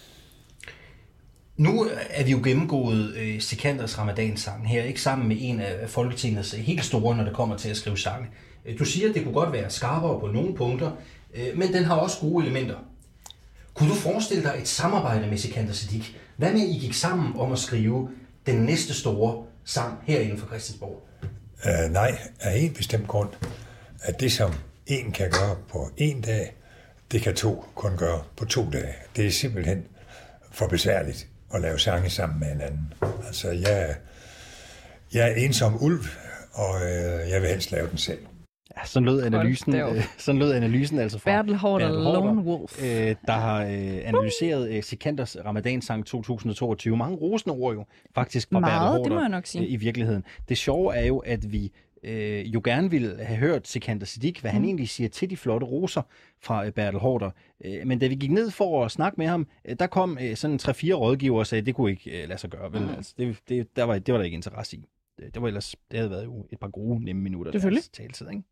[SPEAKER 13] Nu er vi jo gennemgået øh, Sikanders Ramadan-sang her, ikke sammen med en af Folketingets helt store, når det kommer til at skrive sange. Du siger, at det kunne godt være skarpere på nogle punkter, øh, men den har også gode elementer. Kunne du forestille dig et samarbejde med Sikander Siddique? Hvad med, I gik sammen om at skrive den næste store sang herinde for Christiansborg?
[SPEAKER 11] Uh, nej, af en bestemt grund. At det, som en kan gøre på en dag, det kan to kun gøre på to dage. Det er simpelthen for besværligt at lave sange sammen med hinanden. Altså, jeg, jeg er ensom ulv, og øh, jeg vil helst lave den selv.
[SPEAKER 2] Ja, sådan lød analysen, øh, sådan lød analysen altså fra
[SPEAKER 1] Bertel Haarder, Lone Wolf,
[SPEAKER 2] øh, der har øh, analyseret øh, Sikanders Ramadan-sang to tusind toogtyve. Mange rosende ord jo faktisk fra Bertel Haarder,
[SPEAKER 1] det må jeg nok sige.
[SPEAKER 2] Øh, i virkeligheden. Det sjove er jo, at vi øh, jo gerne ville have hørt Sikander Siddique, hvad mm. han egentlig siger til de flotte roser fra øh, Bertel Haarder. Øh, men da vi gik ned for at snakke med ham, øh, der kom øh, sådan tre-fire rådgivere og sagde, at det kunne ikke øh, lade sig gøre. Vel? Mm. Altså, det, det, der var, det var der ikke interesse i. Det, det, var ellers, det havde været jo et par gode, nemme minutter deres taletid, ikke?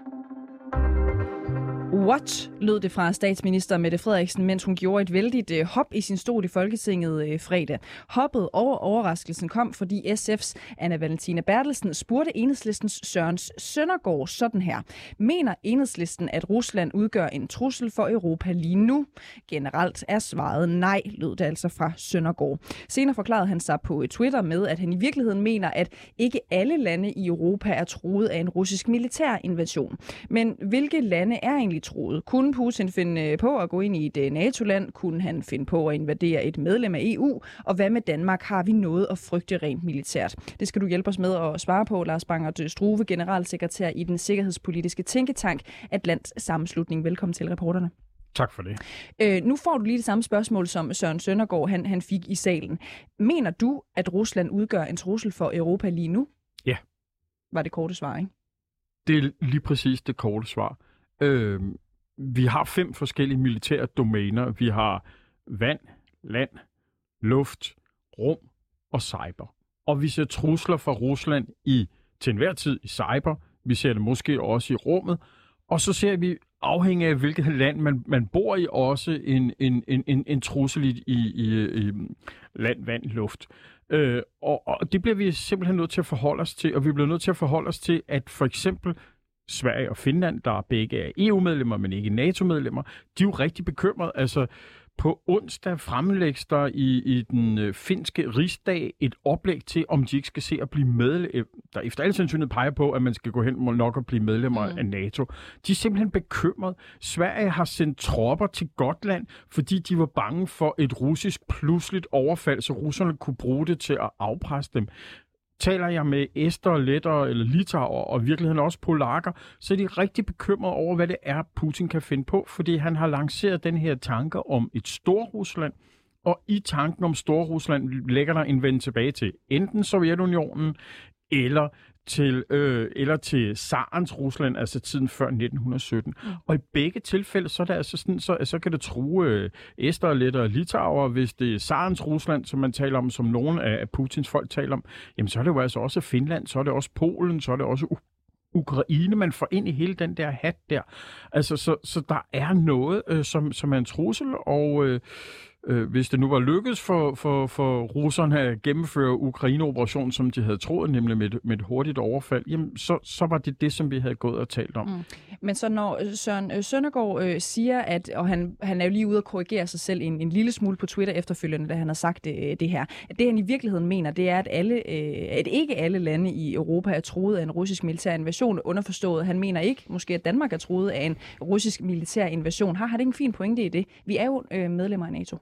[SPEAKER 1] What, lød det fra statsminister Mette Frederiksen, mens hun gjorde et vældigt øh, hop i sin stol i Folketinget øh, fredag. Hoppet over overraskelsen kom, fordi S F's Anna Valentina Bertelsen spurgte Enhedslistens Søren Søndergaard sådan her. Mener Enhedslisten, at Rusland udgør en trussel for Europa lige nu? Generelt er svaret nej, lød det altså fra Søndergaard. Senere forklarede han sig på Twitter med, at han i virkeligheden mener, at ikke alle lande i Europa er truet af en russisk militær invasion. Men hvilke lande er egentlig truet? Kunne Putin finde på at gå ind i et NATO-land? Kunne han finde på at invadere et medlem af E U? Og hvad med Danmark? Har vi noget at frygte rent militært? Det skal du hjælpe os med at svare på, Lars Bangert Struve, generalsekretær i den sikkerhedspolitiske tænketank Atlant Sammenslutning. Velkommen til reporterne.
[SPEAKER 14] Tak for det.
[SPEAKER 1] Øh, nu får du lige det samme spørgsmål, som Søren Søndergaard han, han fik i salen. Mener du, at Rusland udgør en trussel for Europa lige nu?
[SPEAKER 14] Ja.
[SPEAKER 1] Var det korte svar, ikke?
[SPEAKER 14] Det er lige præcis det korte svar. Øh, vi har fem forskellige militære domæner. Vi har vand, land, luft, rum og cyber. Og vi ser trusler fra Rusland i til enhver tid i cyber. Vi ser det måske også i rummet. Og så ser vi, afhængig af hvilket land man, man bor i, også en, en, en, en, en trussel i, i, i land, vand, luft. Øh, og, og det bliver vi simpelthen nødt til at forholde os til. Og vi bliver nødt til at forholde os til, at for eksempel Sverige og Finland, der begge er E U-medlemmer, men ikke NATO-medlemmer, de er jo rigtig bekymrede. Altså, på onsdag fremlægges der i, i den finske rigsdag et oplæg til, om de ikke skal se at blive medlemmer, der efter alle sandsynlighed peger på, at man skal gå hen og nok at blive medlemmer mm. af NATO. De er simpelthen bekymrede. Sverige har sendt tropper til Gotland, fordi de var bange for et russisk pludseligt overfald, så russerne kunne bruge det til at afpresse dem. Taler jeg med ester, letter eller litauer og i virkeligheden også polakker, så er de rigtig bekymrede over, hvad det er, Putin kan finde på, fordi han har lanceret den her tanke om et Storrusland, og i tanken om Storrusland lægger der en vend tilbage til enten Sovjetunionen eller til, øh, eller til Tsarens Rusland, altså tiden før nitten sytten. Mm. Og i begge tilfælde, så, er det altså sådan, så, så kan det true øh, ester, letter og litauer, hvis det er Tsarens Rusland, som man taler om, som nogen af, af Putins folk taler om, jamen så er det jo altså også Finland, så er det også Polen, så er det også U- Ukraine, man får ind i hele den der hat der. Altså, så, så der er noget, øh, som, som er en trussel, og øh, Øh, hvis det nu var lykkedes for, for, for russerne at gennemføre Ukraine-operationen, som de havde troet, nemlig med et, med et hurtigt overfald, jamen så, så var det det, som vi havde gået og talt om. Mm.
[SPEAKER 1] Men så når Søren Søndergaard øh, siger, at, og han, han er jo lige ude at korrigere sig selv en, en lille smule på Twitter efterfølgende, da han har sagt det, det her, at det han i virkeligheden mener, det er, at, alle, øh, at ikke alle lande i Europa er truet af en russisk militær invasion, underforstået. Han mener ikke, måske at Danmark er truet af en russisk militær invasion. Har han ikke en fin pointe i det? Vi er jo øh, medlemmer af NATO.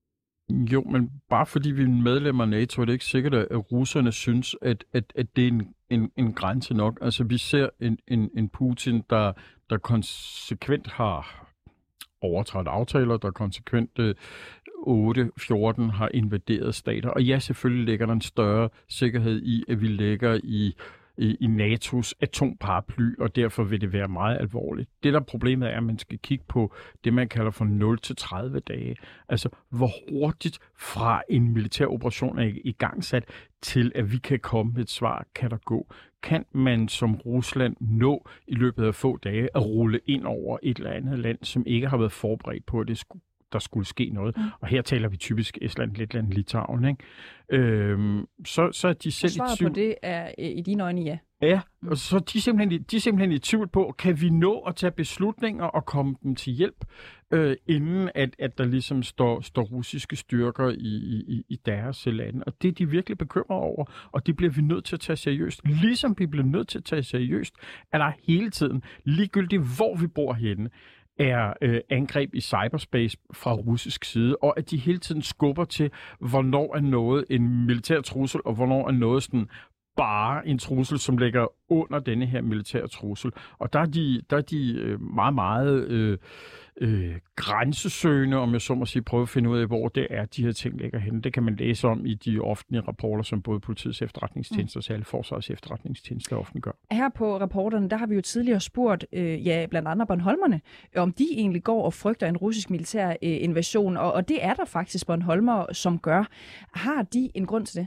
[SPEAKER 14] Jo, men bare fordi vi er medlemmer af NATO, er det ikke sikkert, at russerne synes, at, at, at det er en, en, en grænse nok. Altså, vi ser en, en, en Putin, der, der konsekvent har overtrådt aftaler, der konsekvent øh, otte fjorten har invaderet stater. Og ja, selvfølgelig ligger der en større sikkerhed i, at vi ligger i i, i N A T O's atomparaply, og derfor vil det være meget alvorligt. Det der problemet er, at man skal kigge på det, man kalder for nul til tredive dage. Altså, hvor hurtigt fra en militær operation er i gang sat, til at vi kan komme med et svar, kan der gå. Kan man som Rusland nå i løbet af få dage at rulle ind over et eller andet land, som ikke har været forberedt på, at det skulle der skulle ske noget. Mm. Og her taler vi typisk Estland, Letland, Litauen. Ikke? Øhm, så, så er de selv i tvivl.
[SPEAKER 1] Svaret på det er i dine øjne ja.
[SPEAKER 14] Ja, mm. og så er de simpelthen, de er simpelthen i tvivl på, kan vi nå at tage beslutninger og komme dem til hjælp, øh, inden at, at der ligesom står, står russiske styrker i, i, i deres lande. Og det er de virkelig bekymrede over, og det bliver vi nødt til at tage seriøst. Ligesom vi bliver nødt til at tage seriøst, at der hele tiden, ligegyldigt hvor vi bor henne, er øh, angreb i cyberspace fra russisk side, og at de hele tiden skubber til, hvornår er noget en militær trussel, og hvornår er noget sådan bare en trussel, som ligger under denne her militære trussel. Og der er de, der er de øh, meget, meget øh, øh, grænsesøgende, om jeg så må sige, prøve at finde ud af, hvor det er, de her ting ligger henne. Det kan man læse om i de offentlige rapporter, som både politiets efterretningstjenester og særligt forsvarets efterretningstjenester offentliggør.
[SPEAKER 1] Her på rapporterne, der har vi jo tidligere spurgt, øh, ja, blandt andre Bornholmerne, om de egentlig går og frygter en russisk militær øh, invasion, og, og det er der faktisk Bornholmer, som gør. Har de en grund til det?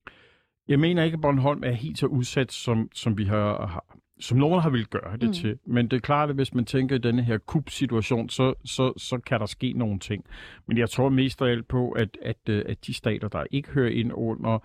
[SPEAKER 14] Jeg mener ikke, at Bornholm er helt så udsat, som, som vi har, har som nogen har ville gøre det mm. til. Men det er klart, at hvis man tænker i denne her kup-situation, så, så, så kan der ske nogle ting. Men jeg tror mest af alt på, at, at, at de stater, der ikke hører ind under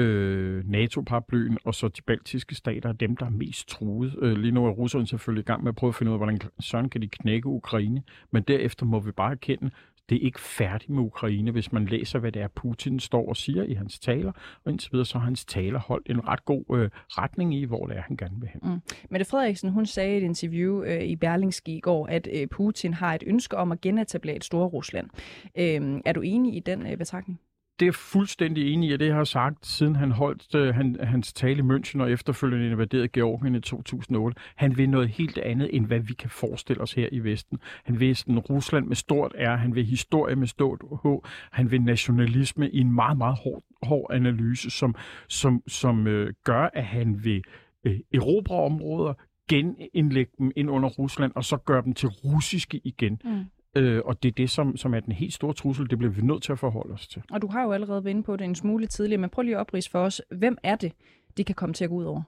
[SPEAKER 14] øh, NATO-paraplyen, og så de baltiske stater, er dem, der er mest truet. Øh, lige nu er russerne selvfølgelig i gang med at prøve at finde ud af, hvordan sådan kan de knække Ukraine. Men derefter må vi bare erkende, det er ikke færdigt med Ukraine, hvis man læser, hvad det er, Putin står og siger i hans taler, og indtil videre så har hans taler holdt en ret god øh, retning i, hvor det er, han gerne vil hen. Mm.
[SPEAKER 1] Mette Frederiksen, hun sagde i et interview øh, i Berlingske i går, at øh, Putin har et ønske om at genetablere et store Rusland. Øh, er du enig i den øh, betragtning?
[SPEAKER 14] Det er fuldstændig enig i, at det har sagt, siden han holdt øh, han, hans tale i München og efterfølgende invaderede Georgien i to tusind og otte. Han vil noget helt andet, end hvad vi kan forestille os her i Vesten. Han vil sådan Rusland med stort R, han vil historie med stort H, han vil nationalisme i en meget, meget hård, hård analyse, som, som, som øh, gør, at han vil øh, erobre områder, genindlægge dem ind under Rusland, og så gøre dem til russiske igen. Mm. Øh, og det er det, som, som er den helt store trussel. Det bliver vi nødt til at forholde os til.
[SPEAKER 1] Og du har jo allerede været inde på det en smule tidligere, men prøv lige at opridse for os. Hvem er det, det kan komme til at gå ud over?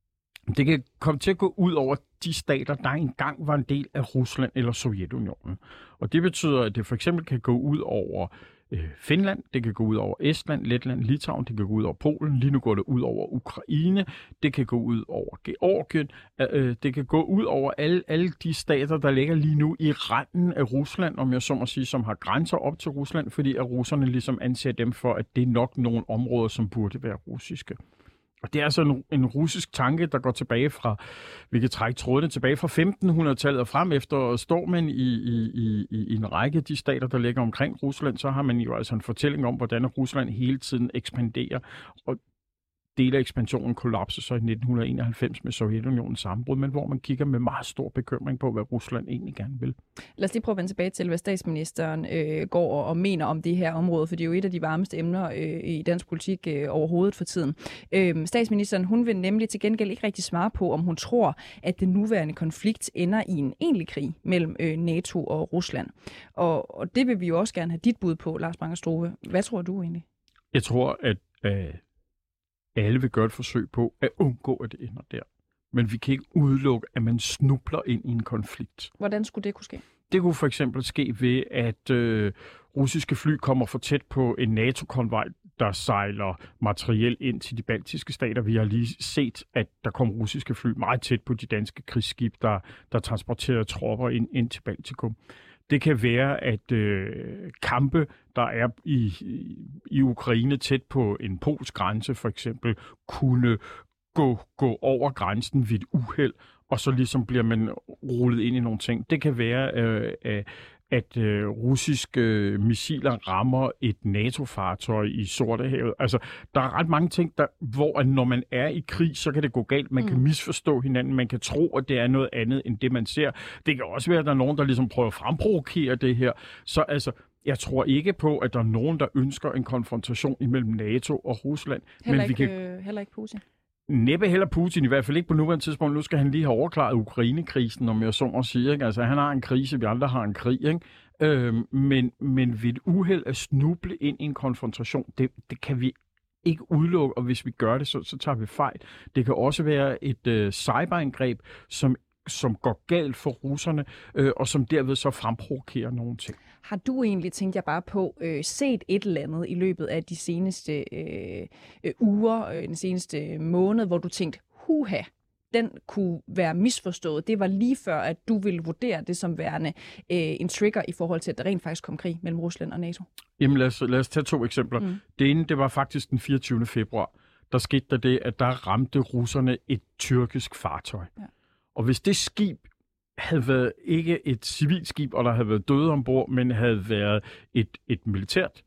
[SPEAKER 14] Det kan komme til at gå ud over de stater, der engang var en del af Rusland eller Sovjetunionen. Og det betyder, at det for eksempel kan gå ud over øh, Finland, det kan gå ud over Estland, Letland, Litauen, det kan gå ud over Polen, lige nu går det ud over Ukraine, det kan gå ud over Georgien, øh, det kan gå ud over alle, alle de stater, der ligger lige nu i randen af Rusland, om jeg så må sige, som har grænser op til Rusland, fordi at russerne ligesom anser dem for, at det er nok nogle områder, som burde være russiske. Og det er altså en, en russisk tanke, der går tilbage fra, vi kan trække trådene tilbage fra femtenhundredetallet og frem efter stormen i, i, i, i en række af de stater, der ligger omkring Rusland, så har man jo altså en fortælling om, hvordan Rusland hele tiden ekspanderer. Og del af ekspansionen kollapser så i nitten enoghalvfems med Sovjetunionens sammenbrud, men hvor man kigger med meget stor bekymring på, hvad Rusland egentlig gerne vil.
[SPEAKER 1] Lad os lige prøve at vende tilbage til, hvad statsministeren øh, går og, og mener om det her område, for det er jo et af de varmeste emner øh, i dansk politik øh, overhovedet for tiden. Øh, statsministeren, hun vil nemlig til gengæld ikke rigtig svare på, om hun tror, at den nuværende konflikt ender i en egentlig krig mellem øh, NATO og Rusland. Og, og det vil vi jo også gerne have dit bud på, Lars Bang Strove. Hvad tror du egentlig?
[SPEAKER 14] Jeg tror, at øh alle vil gøre et forsøg på at undgå, at det ender der. Men vi kan ikke udelukke, at man snubler ind i en konflikt.
[SPEAKER 1] Hvordan skulle det kunne ske?
[SPEAKER 14] Det kunne for eksempel ske ved, at øh, russiske fly kommer for tæt på en NATO-konvoj, der sejler materiel ind til de baltiske stater. Vi har lige set, at der kom russiske fly meget tæt på de danske krigsskib, der, der transporterede tropper ind, ind til Baltikum. Det kan være, at øh, kampe, der er i, i Ukraine tæt på en polsk grænse for eksempel, kunne gå, gå over grænsen ved et uheld, og så ligesom bliver man rullet ind i nogle ting. Det kan være, øh, at øh, russiske øh, missiler rammer et NATO-fartøj i Sortehavet. Altså, der er ret mange ting, der, hvor at når man er i krig, så kan det gå galt. Man mm. kan misforstå hinanden. Man kan tro, at det er noget andet, end det man ser. Det kan også være, at der er nogen, der ligesom prøver at fremprovokere det her. Så altså, jeg tror ikke på, at der er nogen, der ønsker en konfrontation imellem NATO og Rusland.
[SPEAKER 1] Heller,
[SPEAKER 14] men
[SPEAKER 1] ikke,
[SPEAKER 14] vi kan...
[SPEAKER 1] øh, heller ikke Putin?
[SPEAKER 14] Næppe heller Putin, i hvert fald ikke på nuværende tidspunkt. Nu skal han lige have overklaret Ukraine-krisen, om jeg så må sige. Ikke? Altså, han har en krise, vi andre har en krig. Ikke? Øhm, men, men ved et uheld at snuble ind i en konfrontation, det, det kan vi ikke udelukke, og hvis vi gør det, så, så tager vi fejl. Det kan også være et øh, cyberangreb, som som går galt for russerne, øh, og som derved så fremprovokerer nogle ting.
[SPEAKER 1] Har du egentlig, tænkt jeg bare på, øh, set et eller andet i løbet af de seneste øh, øh, uger, øh, den seneste måned, hvor du tænkte, huha, den kunne være misforstået. Det var lige før, at du ville vurdere det som værende øh, en trigger i forhold til, at der rent faktisk kom krig mellem Rusland og NATO?
[SPEAKER 14] Jamen lad os, lad os tage to eksempler. Mm. Det ene, det var faktisk den fireogtyvende februar. Der skete der det, at der ramte russerne et tyrkisk fartøj. Ja. Og hvis det skib havde været ikke et civilt skib, og der havde været døde ombord, men havde været et, et militært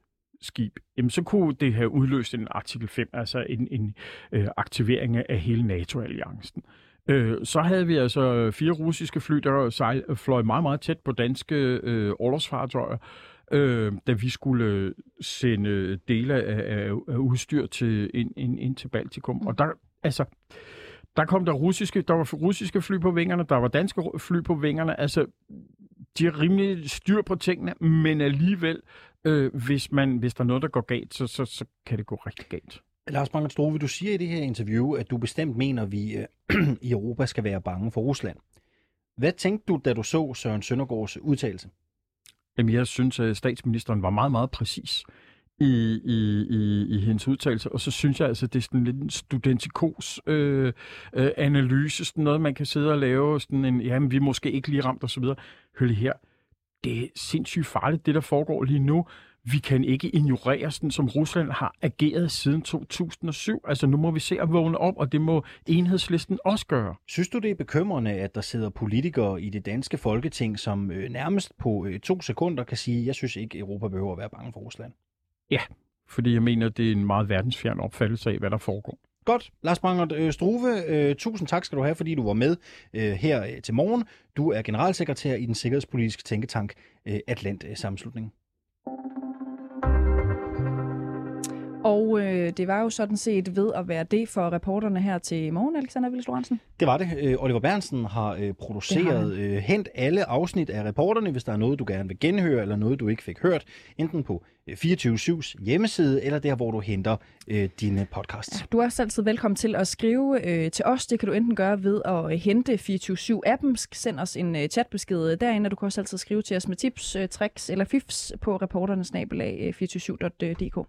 [SPEAKER 14] skib, jamen så kunne det have udløst en artikel fem, altså en, en øh, aktivering af hele NATO-alliancen. Øh, så havde vi altså fire russiske fly, der sejl, fløj meget, meget tæt på danske øh, orlogsfartøjer, øh, da vi skulle sende dele af, af, af udstyr til, ind, ind, ind til Baltikum. Og der, altså, der kom der russiske, der var russiske fly på vingerne, der var danske fly på vingerne. Altså, de har rimelig styr på tingene, men alligevel, øh, hvis, man, hvis der er noget, der går galt, så, så, så kan det gå rigtig galt.
[SPEAKER 2] Lars Bangert Strove, du siger i det her interview, at du bestemt mener, at vi øh, i Europa skal være bange for Rusland. Hvad tænkte du, da du så Søren Søndergaards udtalelse?
[SPEAKER 14] Jamen, jeg synes, at statsministeren var meget, meget præcis i, i, i, i hendes udtalelse, og så synes jeg altså, det er sådan lidt en studentikos øh, øh, analyse, sådan noget, man kan sidde og lave, sådan en, jamen, vi er måske ikke lige ramt og så videre. Hør lige her, det er sindssygt farligt, det der foregår lige nu. Vi kan ikke ignorere, sådan som Rusland har ageret siden to tusind og syv. Altså nu må vi se at vågne op, og det må Enhedslisten også gøre.
[SPEAKER 2] Synes du, det er bekymrende, at der sidder politikere i det danske folketing, som øh, nærmest på øh, to sekunder kan sige, jeg synes ikke, Europa behøver at være bange for Rusland?
[SPEAKER 14] Ja, fordi jeg mener, det er en meget verdensfjern opfattelse af, hvad der foregår.
[SPEAKER 2] Godt. Lars Bangert Strove, øh, tusind tak skal du have, fordi du var med øh, her øh, til morgen. Du er generalsekretær i den sikkerhedspolitiske tænketank øh, Atlant-sammenslutningen.
[SPEAKER 1] Og øh, det var jo sådan set ved at være det for reporterne her til morgen, Alexander Vils Lorentzen.
[SPEAKER 2] Det var det. Øh, Oliver Bernsen har øh, produceret, øh, hent alle afsnit af reporterne, hvis der er noget, du gerne vil genhøre, eller noget, du ikke fik hørt, enten på fireogtyve syvs hjemmeside, eller der, hvor du henter øh, dine podcasts.
[SPEAKER 1] Du er også altid velkommen til at skrive øh, til os. Det kan du enten gøre ved at hente fireogtyve syv appen. Send os en øh, chatbesked derinde, og du kan også altid skrive til os med tips, øh, tricks eller fifs på reporternesnabelag fireogtyve syv punktum d k.